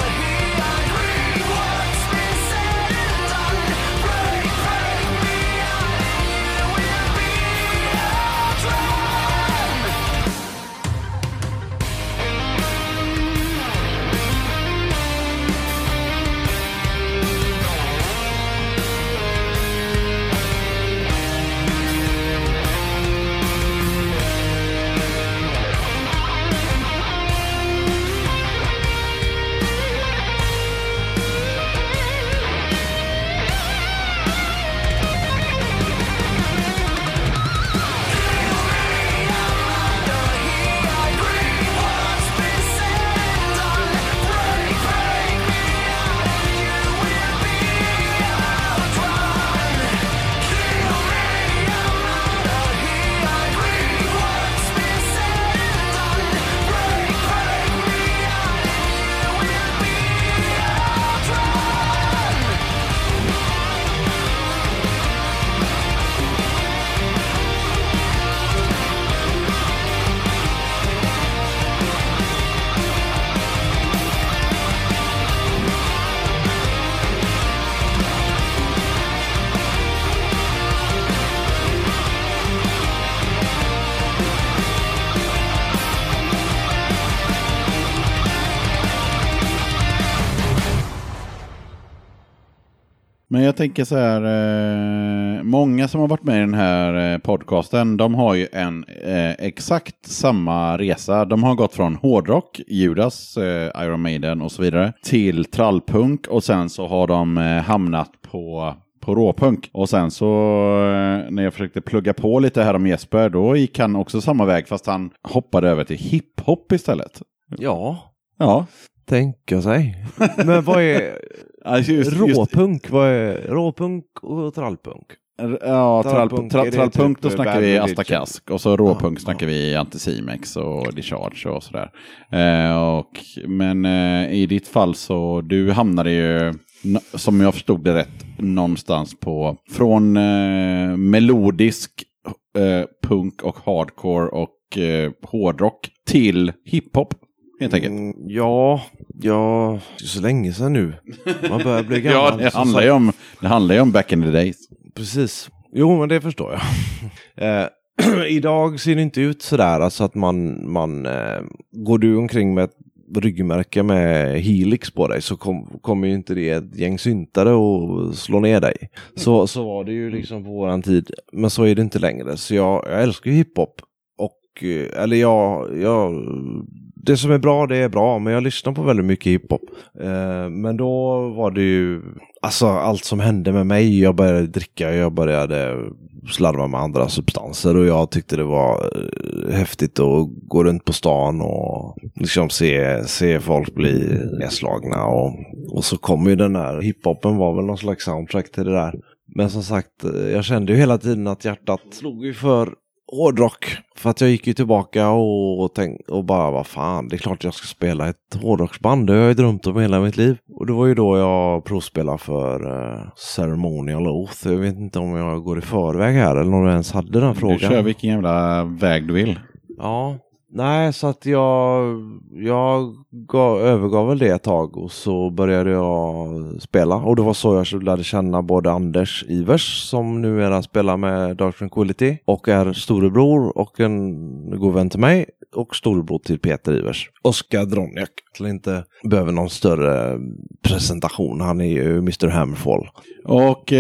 Men jag tänker så här, eh, många som har varit med i den här eh, podcasten, de har ju en eh, exakt samma resa. De har gått från hårdrock, Judas, eh, Iron Maiden och så vidare, till trallpunk och sen så har de eh, hamnat på... på råpunk. Och sen så eh, när jag försökte plugga på lite här om Jesper, då gick han också samma väg fast han hoppade över till hiphop istället. Ja, Ja. tänka sig. Men vad är Alltså just, just, råpunk? Vad är råpunk och trallpunk? ja, Trallpunk, trallpunk, tra, är det trallpunk typ då snackar Bad vi Religion? Asta Kask och så råpunk Ja, snackar vi Anticimex och Discharge och sådär. Eh, och, men eh, i ditt fall så du hamnade ju, som jag förstod det rätt, någonstans på från eh, melodisk eh, punk och hardcore och eh, hårdrock till hiphop helt enkelt. Mm, ja, ja, det är så länge sedan nu. Man börjar bli gammal. Ja, det så handlar sagt. ju om, det handlar ju om back in the days. Precis. Jo, men det förstår jag. eh, idag ser det inte ut sådär, alltså att man, man eh, går du omkring med ett ryggmärke med Helix på dig så kom, kommer ju inte det ett gäng syntare och slå ner dig. Så, så var det ju liksom på våran tid. Men så är det inte längre. Så jag, jag älskar ju hiphop. Och, eh, eller jag, jag, det som är bra, det är bra. Men jag lyssnar på väldigt mycket hiphop. Eh, men då var det ju, alltså allt som hände med mig. Jag började dricka, jag började slarva med andra substanser och jag tyckte det var eh, häftigt att gå runt på stan och liksom se, se folk bli nedslagna och, och så kom ju den där hiphopen var väl någon slags soundtrack till det där. Men som sagt, jag kände ju hela tiden att hjärtat slog ju för hårdrock. För att jag gick ju tillbaka och, och, tänk, och bara, vad fan, det är klart jag ska spela ett hårdrocksband. Det har jag ju drömt om hela mitt liv. Och det var ju då jag provspelade för uh, Ceremonial Oath. Jag vet inte om jag går i förväg här eller om jag ens hade den frågan. Du kör vilken jävla väg du vill. Ja, nej, så att jag, jag gav, övergav väl det ett tag och så började jag spela. Och det var så jag lärde känna både Anders Ivers som numera spelar med Dark Tranquility och är storebror och en god vän till mig och storebror till Peter Ivers. Oskar Droniak, till inte behöver någon större presentation. Han är ju mister Hammerfall. Och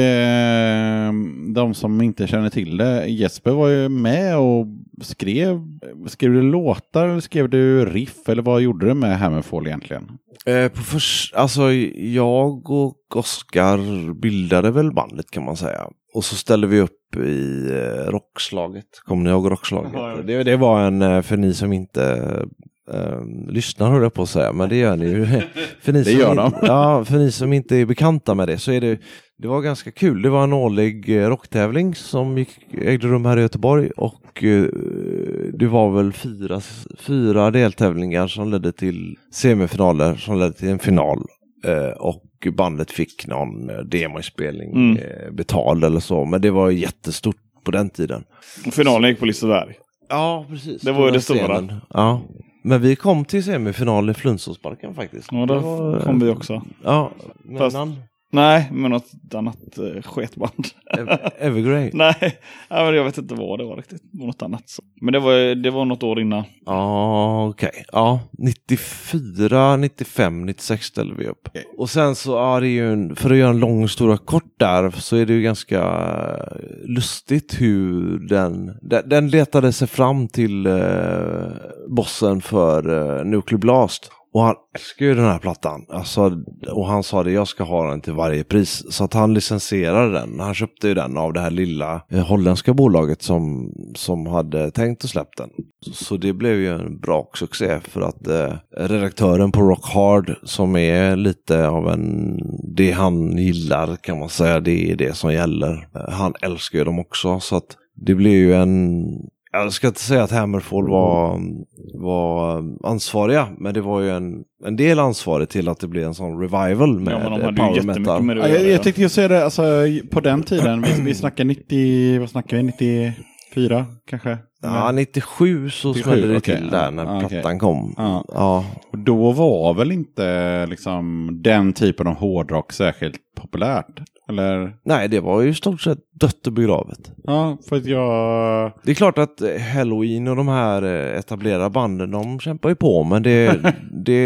eh, de som inte känner till det, Jesper var ju med och skrev, skrev du låtar eller skrev du riff eller vad gjorde du med Hammerfall egentligen? Eh, på förs- alltså jag och Oskar bildade väl bandet kan man säga. Och så ställde vi upp i eh, rockslaget. Kommer ni ihåg rockslaget? Ja, ja. Det, det var en, eh, för ni som inte eh, lyssnar hör jag på att säga, men det gör ni ju. för ni Det som gör in- de. Ja, för ni som inte är bekanta med det så är det, det var ganska kul. Det var en årlig eh, rocktävling som gick, ägde rum här i Göteborg och eh, det var väl fyra, fyra deltävlingar som ledde till semifinaler som ledde till en final. Eh, och bandet fick någon eh, demoinspelning Mm. eh, betald eller så. Men det var jättestort på den tiden. Och finalen gick på Liseberg. Ja, precis. Det var ju det stora. Ja. Men vi kom till semifinal i Flundsåsparken faktiskt. Ja, där Det var, kom vi också. Ja, men Fast- han, Nej, men något annat uh, sketband. Ev- Evergrey. Nej, ja, men jag vet inte vad det var riktigt. Det var något annat. Så. Men det var, det var något år innan. Ja, okej. Ja, nittiofyra, nittiofem, nittiosex ställde vi upp. Och sen så, ja, det är ju en, för att göra en lång stora kort där så är det ju ganska lustigt hur den, den, den letade sig fram till eh, bossen för eh, Nuclear Blast. Och han älskar ju den här plattan. Alltså, och han sa det, jag ska ha den till varje pris. Så att han licensierade den. Han köpte ju den av det här lilla eh, holländska bolaget som, som hade tänkt att släppa den. Så, så det blev ju en bra succé för att eh, redaktören på Rock Hard som är lite av en, det han gillar kan man säga, det är det som gäller. Eh, han älskar ju dem också så att det blev ju en... Jag ska inte säga att Hammerfall var, var ansvariga, men det var ju en, en del ansvarig till att det blev en sån revival med Ja, men de eh, hade ju power jättemycket metal. med det Ja, att jag, göra. jag tänkte ju säga det, alltså på den tiden, vi, vi snackar nittio, vad snackar vi, nittiofyra kanske? Ja, nittiosju så nittiosju, smällde det okej, till ja, där när ja, okej. plattan kom. Ja. Ja. Och då var väl inte liksom den typen av hårdrock särskilt populärt? Eller? Nej, det var ju i stort sett dött och begravet. Ja, för att jag... Det är klart att eh, Halloween och de här eh, etablerade banden, de kämpar ju på, men det, det,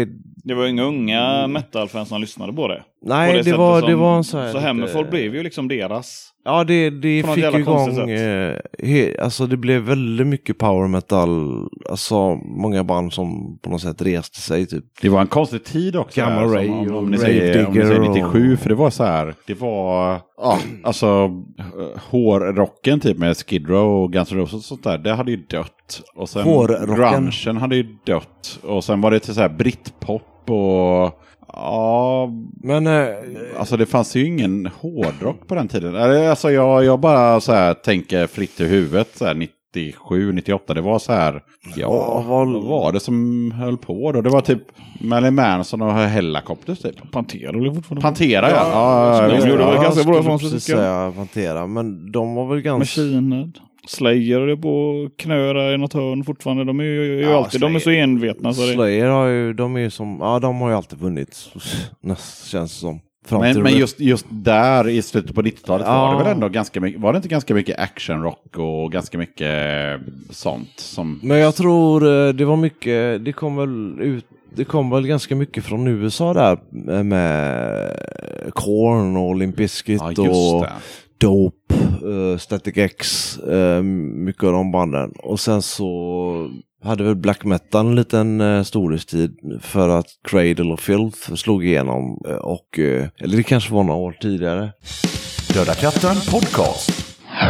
Det var inga unga metal-fans som lyssnade på det. Nej, på det, det var, som, det var en så här... Så Hammerfall blev ju liksom deras. Ja, det, det på något fick jävla igång... konstigt Eh, he, alltså det blev väldigt mycket power metal. Alltså många band som på något sätt reste sig typ. Det var en konstig tid också. Gamma här, Ray som, om, och om, ni Grave säger, om ni säger Digger nittiosju. och- För det var så här. Det var... Ja, alltså... eh, Hårrocken typ med Skid Row och Guns N' Roses och sånt där. Det hade ju dött. Och sen Hårrocken. grungen hade ju dött. Och sen var det till så här Britpop och... Ja, Men eh, alltså det fanns ju ingen hårdrock på den tiden. Alltså jag, jag bara så här tänker fritt i huvudet så här nittiosju, nittioåtta. Det var så här, ja, vad var det som höll på då? Det var typ Marilyn Manson och Hellacopters typ. Pantera blev fortfarande. Pantera, ja. ja, de ja, gjorde ja, väl ja. ganska bra jag ifrån skulle sig, precis tycker jag. säga Pantera, men de var väl ganska... Machine Head. Slayer är på knöra i något hörn fortfarande. De är ju Ja, alltid, de är så Slayer- envetna. Så det, Slayer har ju, de är ju som, ja de har ju alltid vunnit, nästan känns det som. Fram Men, till men det. just, just där i slutet på nittiotalet Ja. var det väl ändå ganska mycket, var det inte ganska mycket actionrock och ganska mycket sånt som... Men jag tror eh, det var mycket, det kom väl ut, det kom väl ganska mycket från U S A där eh, med Korn och Limp Bizkit Ja, just och det. Dope, uh, Static X, uh, mycket av de banden. Och sen så hade väl black metal en liten uh, storhetstid för att Cradle of Filth slog igenom uh, och, uh, eller det kanske var några år tidigare. Döda katten podcast.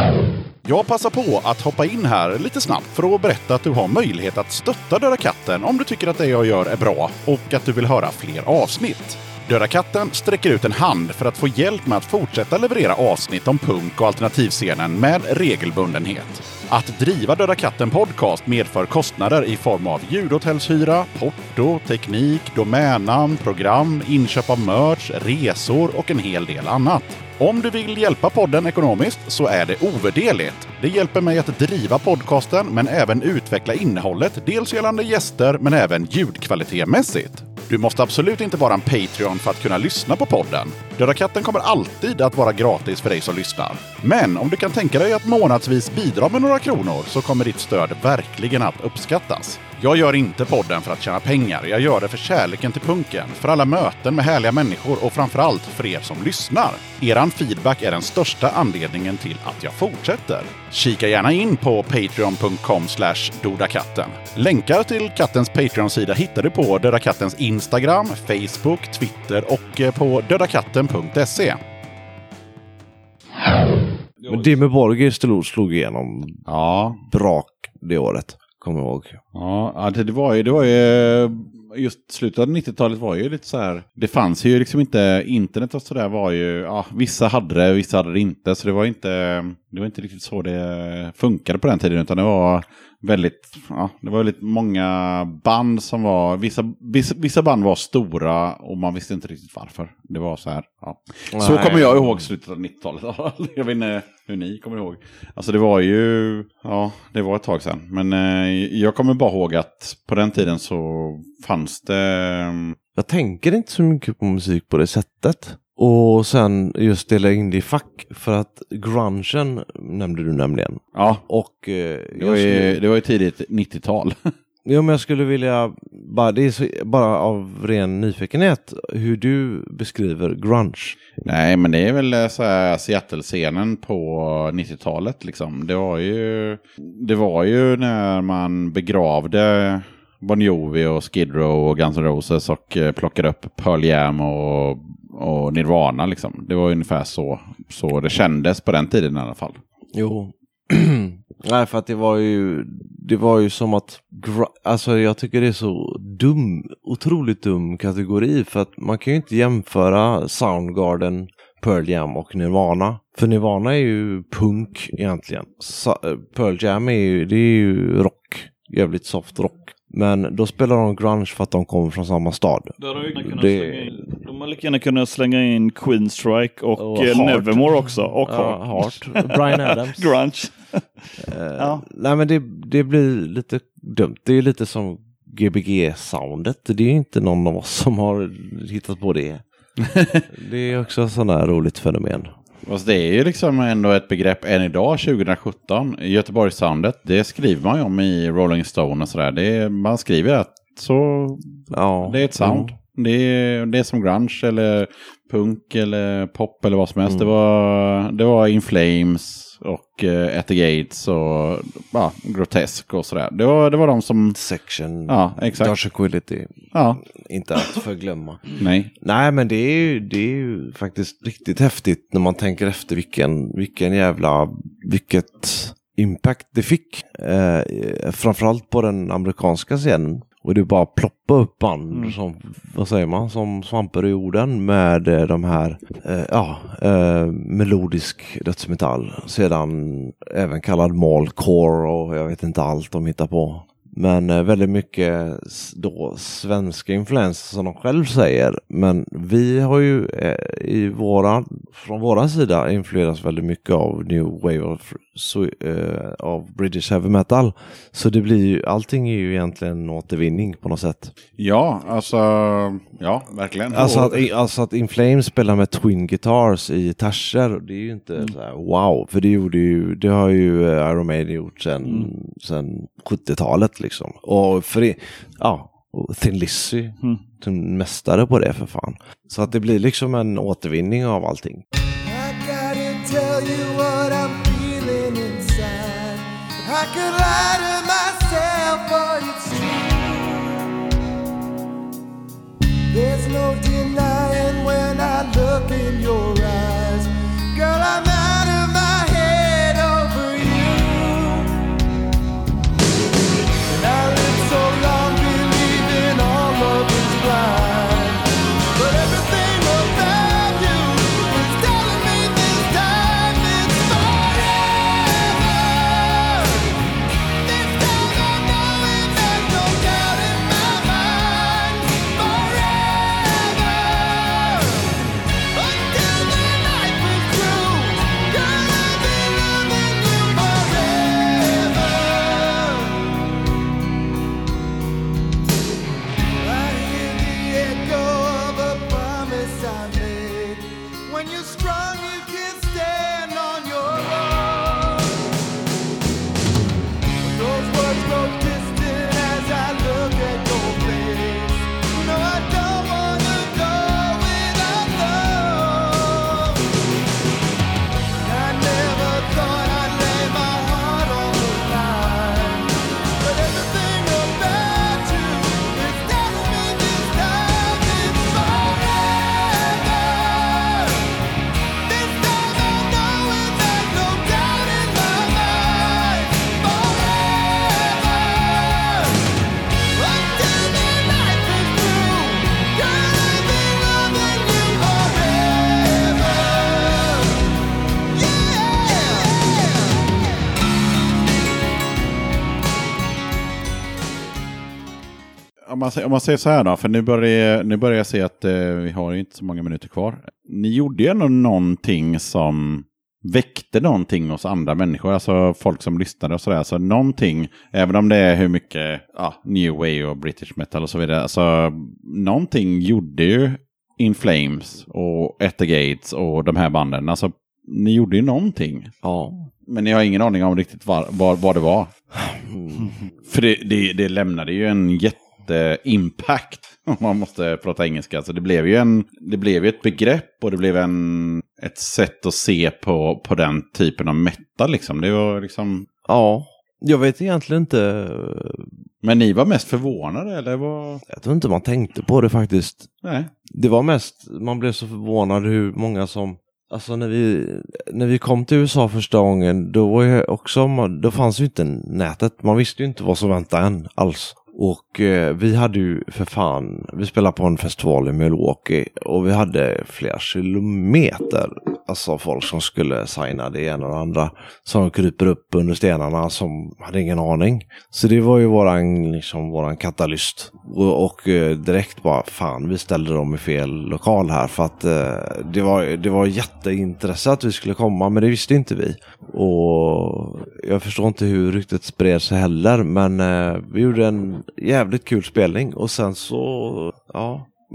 Jag passar på att hoppa in här lite snabbt för att berätta att du har möjlighet att stötta Döda katten om du tycker att det jag gör är bra och att du vill höra fler avsnitt. Döda katten sträcker ut en hand för att få hjälp med att fortsätta leverera avsnitt om punk och alternativscenen med regelbundenhet. Att driva Döda katten podcast medför kostnader i form av ljudhotellshyra, porto, teknik, domännamn, program, inköp av merch, resor och en hel del annat. Om du vill hjälpa podden ekonomiskt så är det ovärderligt. Det hjälper mig att driva podcasten men även utveckla innehållet, dels gällande gäster men även ljudkvalitetmässigt. Du måste absolut inte vara en Patreon för att kunna lyssna på podden. Döda katten kommer alltid att vara gratis för dig som lyssnar. Men om du kan tänka dig att månadsvis bidra med några kronor så kommer ditt stöd verkligen att uppskattas. Jag gör inte podden för att tjäna pengar. Jag gör det för kärleken till punken, för alla möten med härliga människor och framförallt för er som lyssnar. Eran feedback är den största anledningen till att jag fortsätter. Kika gärna in på patreon punkt com slash dodakatten. Länkar till kattens Patreon-sida hittar du på Döda kattens Instagram, Facebook, Twitter och på dödakatten punkt se. Men Dimmy Borgir slog, slog igenom Ja, brak det året, kommer jag ihåg. ja det, det var ju, det var ju, just slutet av nittiotalet var ju lite så här, det fanns ju liksom inte, internet och sådär var ju, ja, vissa hade det, vissa hade det inte, så det var inte, det var inte riktigt så det funkade på den tiden, utan det var väldigt, ja, det var väldigt många band som var, vissa, vissa, vissa band var stora och man visste inte riktigt varför. Det var så här, ja. Så Nej. kommer jag ihåg slutet av nittiotalet. Jag vet inte hur ni kommer ihåg. Alltså det var ju, ja, det var ett tag sedan. Men eh, jag kommer bara ihåg att på den tiden så fanns det... Jag tänker inte så mycket på musik på det sättet. Och sen just dela in det i fack. För att grungen nämnde du nämligen. Ja, Och eh, det var, jag ju, skulle, det var ju tidigt nittiotal. ja, men jag skulle vilja, bara, det är så, bara av ren nyfikenhet, hur du beskriver grunge. Nej, men det är väl eh, så här Seattle-scenen på nittiotalet liksom. Det var ju, det var ju när man begravde Bon Jovi och Skid Row och Guns N' Roses och eh, plockade upp Pearl Jam och, och Nirvana liksom. Det var ungefär så, så det kändes på den tiden i alla fall. Jo. Nej, för att det var ju det var ju som att gr- alltså jag tycker det är så dum, otroligt dum kategori, för att man kan ju inte jämföra Soundgarden, Pearl Jam och Nirvana. För Nirvana är ju punk egentligen. Sa- Pearl Jam är ju, det är ju rock, jävligt soft rock. Men då spelar de grunge för att de kommer från samma stad. Där har ju kunnat Det- slänga in, de har lika gärna kunnat slänga in Queen Strike och, Och eh, Heart. Nevermore också. Och Ja, Heart. Heart. Brian Adams. Grunge. Eh, Ja. Nej, men det, det blir lite dumt. Det är lite som G B G-soundet. Det är inte någon av oss som har hittat på det. Det är också ett sådant här roligt fenomen. Alltså det är ju liksom ändå ett begrepp än idag, tjugohundrasjutton. Göteborgssoundet, det skriver man ju om i Rolling Stone och sådär. Det är, man skriver att så Ja, det är ett sound. Det är, det är som grunge eller punk eller pop eller vad som helst. Mm. Det var, det var In Flames och uh, At the Gates och ja, Grotesque och sådär. Det var, det var de som... Section, Ja, exakt. Dark Equality. Ja, Inte att förglömma. nej. Nej, men det är, ju, det är ju faktiskt riktigt häftigt när man tänker efter vilken, vilken jävla, vilket impact det fick. Eh, framförallt på den amerikanska scenen. Och det bara ploppa upp band Mm. som, vad säger man, som svampar i jorden med eh, de här, eh, ja, eh, melodisk dödsmetall. Sedan även kallad mallcore och jag vet inte allt de hittar på. Men eh, väldigt mycket s- då svenska influenser som de själv säger. Men vi har ju eh, i våra, från våra sida influerats väldigt mycket av New Wave of, så, eh, av British Heavy Metal. Så det blir ju, allting är ju egentligen en återvinning på något sätt. Ja, alltså, ja, verkligen. Alltså Och- att, alltså att In Flames spelar med twin guitars i terser, det är ju inte så här, wow. För det gjorde ju, det har ju eh, Iron Maiden gjort sedan, Mm. sedan sjuttiotalet liksom. Och för det, ja, och Thin Lizzy, Mm. en mästare på det för fan. Så att det blir liksom en återvinning av allting. I gotta tell you what I'm feeling inside. I could lie to myself, but it's true. There's no denying when I look in your eyes. Girl, I'm out of my head over you. And I lived so long believing all love is blind. But everything about you is telling me this time it's forever. This time I know it, there's no doubt in my mind. Forever. Until the life is through. Girl, I'll be loving you forever. I hear the echo of a promise I made. When you're strong, you can stand on your own. Those words grow distant as I look at your face. No, I don't wanna go without love. I never thought I'd lay my heart on the line. But everything about you is telling me this time it's forever. This time I know it, there's no doubt in my mind. Forever. Until the life is through. Girl, I'll be loving you forever. Om man, säger- om man säger så här då, för nu börjar, nu börjar jag se att eh, vi har inte så många minuter kvar. Ni gjorde ju ändå någonting som väckte någonting hos andra människor, alltså folk som lyssnade och sådär. Så någonting, även om det är hur mycket ja, New Wave och British Metal och så vidare. Alltså någonting gjorde ju In Flames och At the Gates och de här banden. Alltså ni gjorde ju någonting. Ja. Men ni har ingen aning om riktigt var, var, vad det var. För det, det, det lämnade ju en jätteimpact, om man måste prata engelska. Så det blev ju en, det blev ju ett begrepp och det blev en, ett sätt att se på, på den typen av metal liksom. Det var liksom... Ja, jag vet egentligen inte. Men ni var mest förvånade eller vad? Jag tror inte man tänkte på det faktiskt. Nej. Det var mest, man blev så förvånad hur många som, alltså när vi, när vi kom till U S A första gången, då var ju också, då fanns ju inte nätet, man visste ju inte vad som väntade än alls. Och eh, vi hade ju för fan, vi spelade på en festival i Milwaukee och vi hade flera kilometer, alltså folk som skulle signa det ena och det andra, som kryper upp under stenarna som hade ingen aning. Så det var ju våran, liksom, våran katalyst. Och, och eh, direkt bara, fan, vi ställde dem i fel lokal här för att eh, det var, det var jätteintresse att vi skulle komma, men det visste inte vi. Och jag förstår inte hur ryktet spred sig heller, men eh, vi gjorde en jävligt kul spelning och sen så, ja,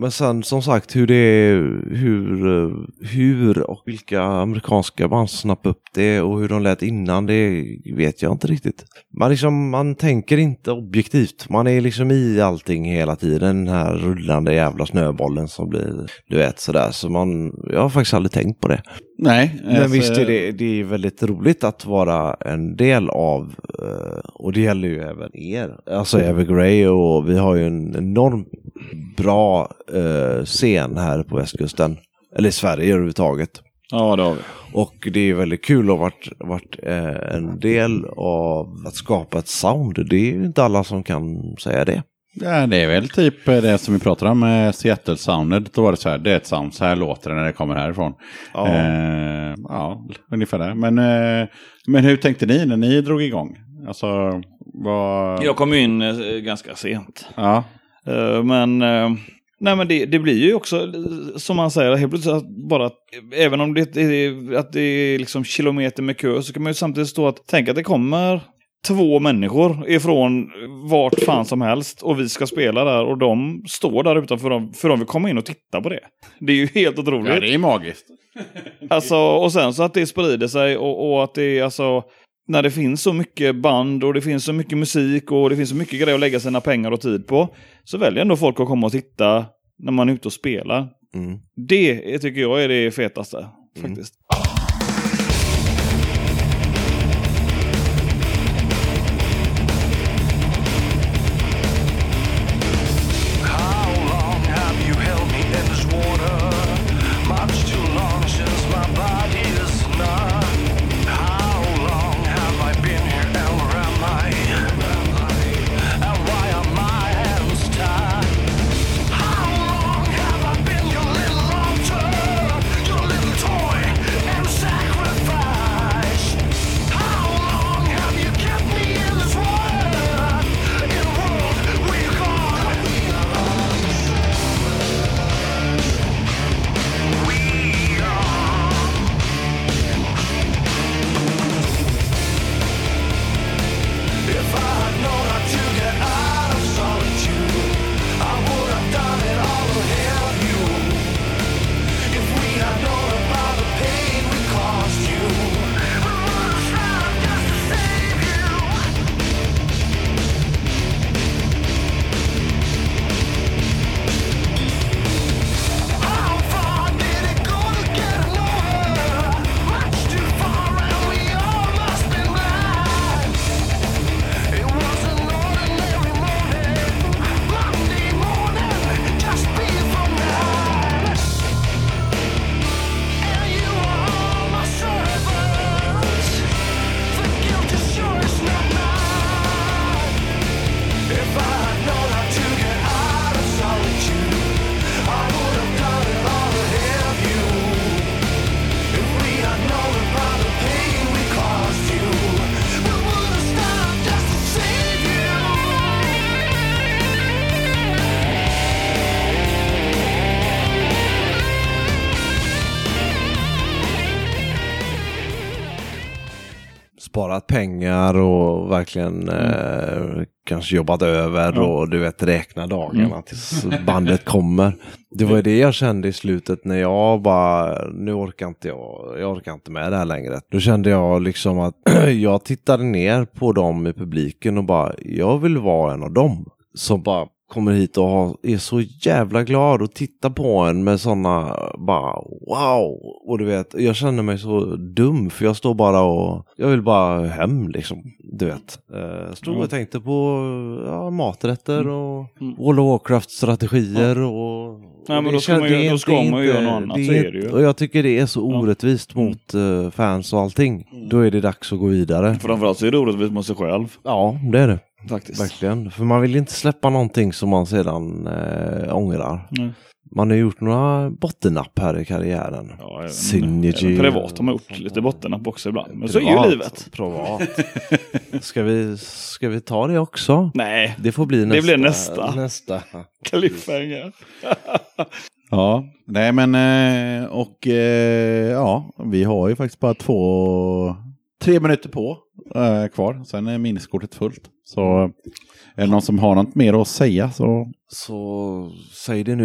Men sen som sagt hur det är, hur, hur och vilka amerikanska band snappade upp det och hur de lät innan, det vet jag inte riktigt. Man, liksom, man tänker inte objektivt. Man är liksom i allting hela tiden. Den här rullande jävla snöbollen som blir, du vet, sådär. Så man, jag har faktiskt aldrig tänkt på det. Nej. Men alltså, visst är det, det är väldigt roligt att vara en del av, och det gäller ju även er. Alltså Evergrey, och vi har ju en enormt bra uh, scen här på västkusten. Eller i Sverige överhuvudtaget. Ja, det har vi. Och det är väldigt kul att ha varit, varit uh, en del av att skapa ett sound. Det är ju inte alla som kan säga det. Ja, det är väl typ det som vi pratar om med Seattle-soundet. Då var det så här, det är ett sound, så här låter det när det kommer härifrån. Ja, eh, ja ungefär där. Men, eh, men hur tänkte ni när ni drog igång? Alltså, vad... Jag kom ju in eh, ganska sent. Ja. Uh, men... Uh... Nej, men det, det blir ju också, som man säger, helt plötsligt att bara, även om det är, att det är liksom kilometer med kö, så kan man ju samtidigt stå att tänka att det kommer två människor ifrån vart fan som helst och vi ska spela där och de står där utanför dem för de vill komma in och titta på det. Det är ju helt otroligt. Ja, det är magiskt. Alltså, och sen så att det sprider sig och, och att det är alltså, när det finns så mycket band och det finns så mycket musik och det finns så mycket grejer att lägga sina pengar och tid på, så väljer ändå folk att komma och titta när man är ute och spelar. Mm. Det tycker jag är det fetaste, faktiskt. How long have you held me in this water? Much too long since my body is numb. How long have I been here and where am I? And why are my hands tied? How long have I been your little altar? Your little toy and sacrifice? How long have you kept me in this world? In a world we call If I had known how to get out of solitude, I would have done it all to help you. If we had known about the pain we caused you, we would have tried just to save you. How far did it go to get nowhere? Much too far, and we all must be blind. It was an ordinary morning, Monday morning, just before nine. And you were all my servants. The guilt is yours, not mine. If I had known how to get out of solitude, I would have done it all to help you. If we had known about the pain we caused you, we would have stopped just to save you. Sparat pengar och verkligen eh, kanske jobbat över och du vet räkna dagarna Mm. tills bandet kommer. Det var ju det jag kände i slutet när jag bara, nu orkar inte jag, jag orkar inte med det här längre. Då kände jag liksom att jag tittade ner på dem i publiken och bara, jag vill vara en av dem som bara kommer hit och har, är så jävla glad och tittar på en med såna bara wow, och du vet, jag känner mig så dum för jag står bara och jag vill bara hem liksom, du vet. Jag stod och tänkte på ja, maträtter och World of Warcraft strategier och Nej, men det då ska man ju- det är då ska inte- man ju göra något annat, det så är det ju. Och jag tycker det är så orättvist mot uh, fans och allting. Då är det dags att gå vidare. Framförallt så är det orättvist mot sig själv, Ja, det är det. faktiskt. Verkligen. För man vill inte släppa någonting som man sedan äh, ångrar. Nej. Man har gjort några bottennapp här i karriären. Ja, även, Synergy. även privat har man gjort lite bottennapp också ibland. Men så är Privat, ju livet. Privat. Ska vi, ska vi ta det också? Nej, Det får bli nästa. blir nästa. nästa. cliffhanger. Ja, nej men eh, och eh, ja, vi har ju faktiskt bara två, tre minuter på eh, kvar. Sen är minneskortet fullt. Så är det någon som har något mer att säga så... Så säg det nu.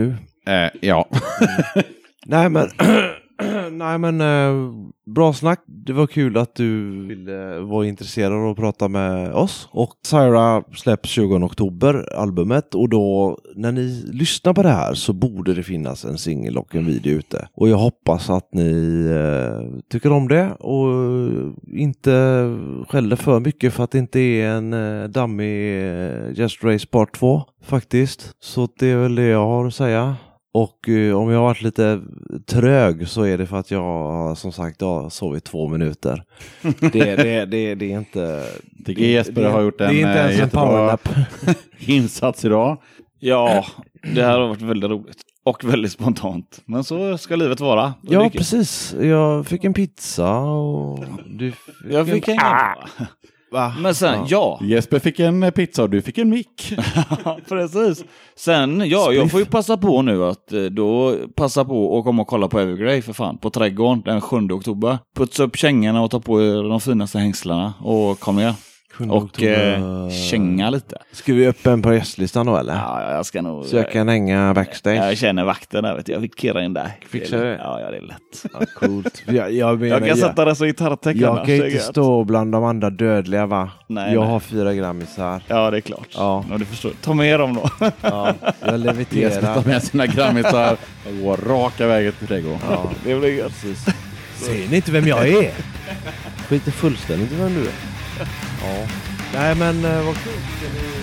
Eh, ja. Nej men, nej men eh, bra snack. Det var kul att du ville vara intresserad och prata med oss. Och Syra släpps tjugonde oktober, albumet. Och då när ni lyssnar på det här så borde det finnas en singel och en video ute. Och jag hoppas att ni eh, tycker om det och inte skäller för mycket för att det inte är en eh, dammig eh, Just Race Part två faktiskt. Så det är väl det jag har att säga. Och eh, om jag har varit lite trög så är det för att jag som sagt har sovit två minuter. Det, det, det, det är inte... Tycker Jesper har gjort en, det är inte ens en jättebra powernap. insats idag. Ja, det här har varit väldigt roligt. Och väldigt spontant. Men så ska livet vara. Och Ja, det är kul. precis. Jag fick en pizza och du fick Jag fick en... hänga Ah, på. va? Men sen, ja. Jesper fick en pizza och du fick en mick. Precis. Sen, ja, jag får ju passa på nu att eh, då passa på och komma och kolla på Evergrey för fan. På Trädgården den sjunde oktober. Putsa upp kängorna och ta på er de finaste hängslarna. Och kom ner. sjunde Och oktober. eh, känga lite. Ska vi upp en på gästlistan då eller? Ja, jag ska nog... Så jag kan hänga backstage? Jag känner vakten där, vet du. Jag fick kirra in där. Fixar du? Ja, ja, det är lätt. Ja, coolt. Jag, jag, menar, Jag kan jag, sätta det som gitarrtecken. jag annars, kan det är inte gött. stå bland de andra dödliga va? Nej, jag nej. har fyra grammis här. Ja, det är klart. Ja. Ja, du förstår. Ta med dem då. Ja, jag Jesper leviterar. tar med sina grammisar och går raka vägen till trädgården. Ja, Det blir gött. precis. Ser ni inte vem jag är? Skiter fullständigt i vem du är. Ja. Nej men eh, vad kul. Ska vi...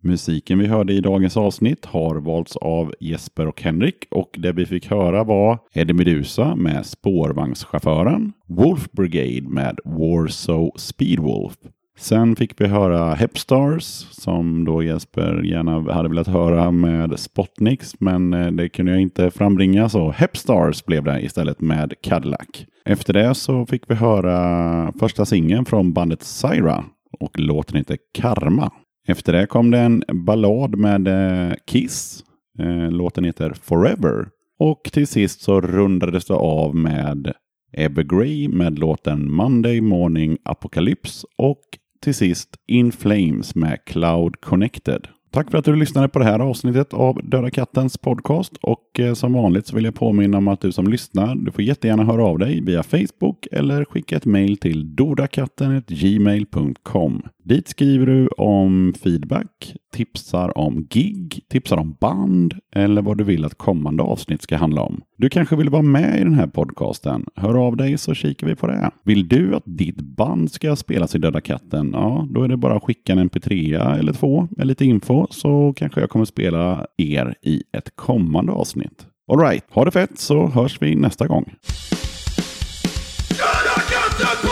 Musiken vi hörde i dagens avsnitt har valts av Jesper och Henrik och det vi fick höra var Eddie Meduza med Spårvagnschauffören, Wolf Brigade med Warsaw Speedwolf. Sen fick vi höra Hepstars som då Jesper gärna hade velat höra med Spotniks, men det kunde jag inte frambringa, så Hepstars blev det istället med Cadillac. Efter det så fick vi höra första singeln från bandet Syra och låten heter Karma. Efter det kom det en ballad med Kiss, låten heter Forever. Och till sist så rundades det av med Evergrey med låten Monday Morning Apocalypse och till sist In Flames med Cloud Connected. Tack för att du lyssnade på det här avsnittet av Döda Kattens podcast, och eh, som vanligt så vill jag påminna om att du som lyssnar, du får jättegärna höra av dig via Facebook eller skicka ett mejl till dodakatten snabel-a gmail punkt com. Dit skriver du om feedback, tipsar om gig, tipsar om band eller vad du vill att kommande avsnitt ska handla om. Du kanske vill vara med i den här podcasten. Hör av dig så kikar vi på det. Vill du att ditt band ska spelas i Döda Katten? Ja, då är det bara att skicka en M P tre eller två med lite info, så kanske jag kommer spela er i ett kommande avsnitt. All right, ha det fett så hörs vi nästa gång. Döda katten!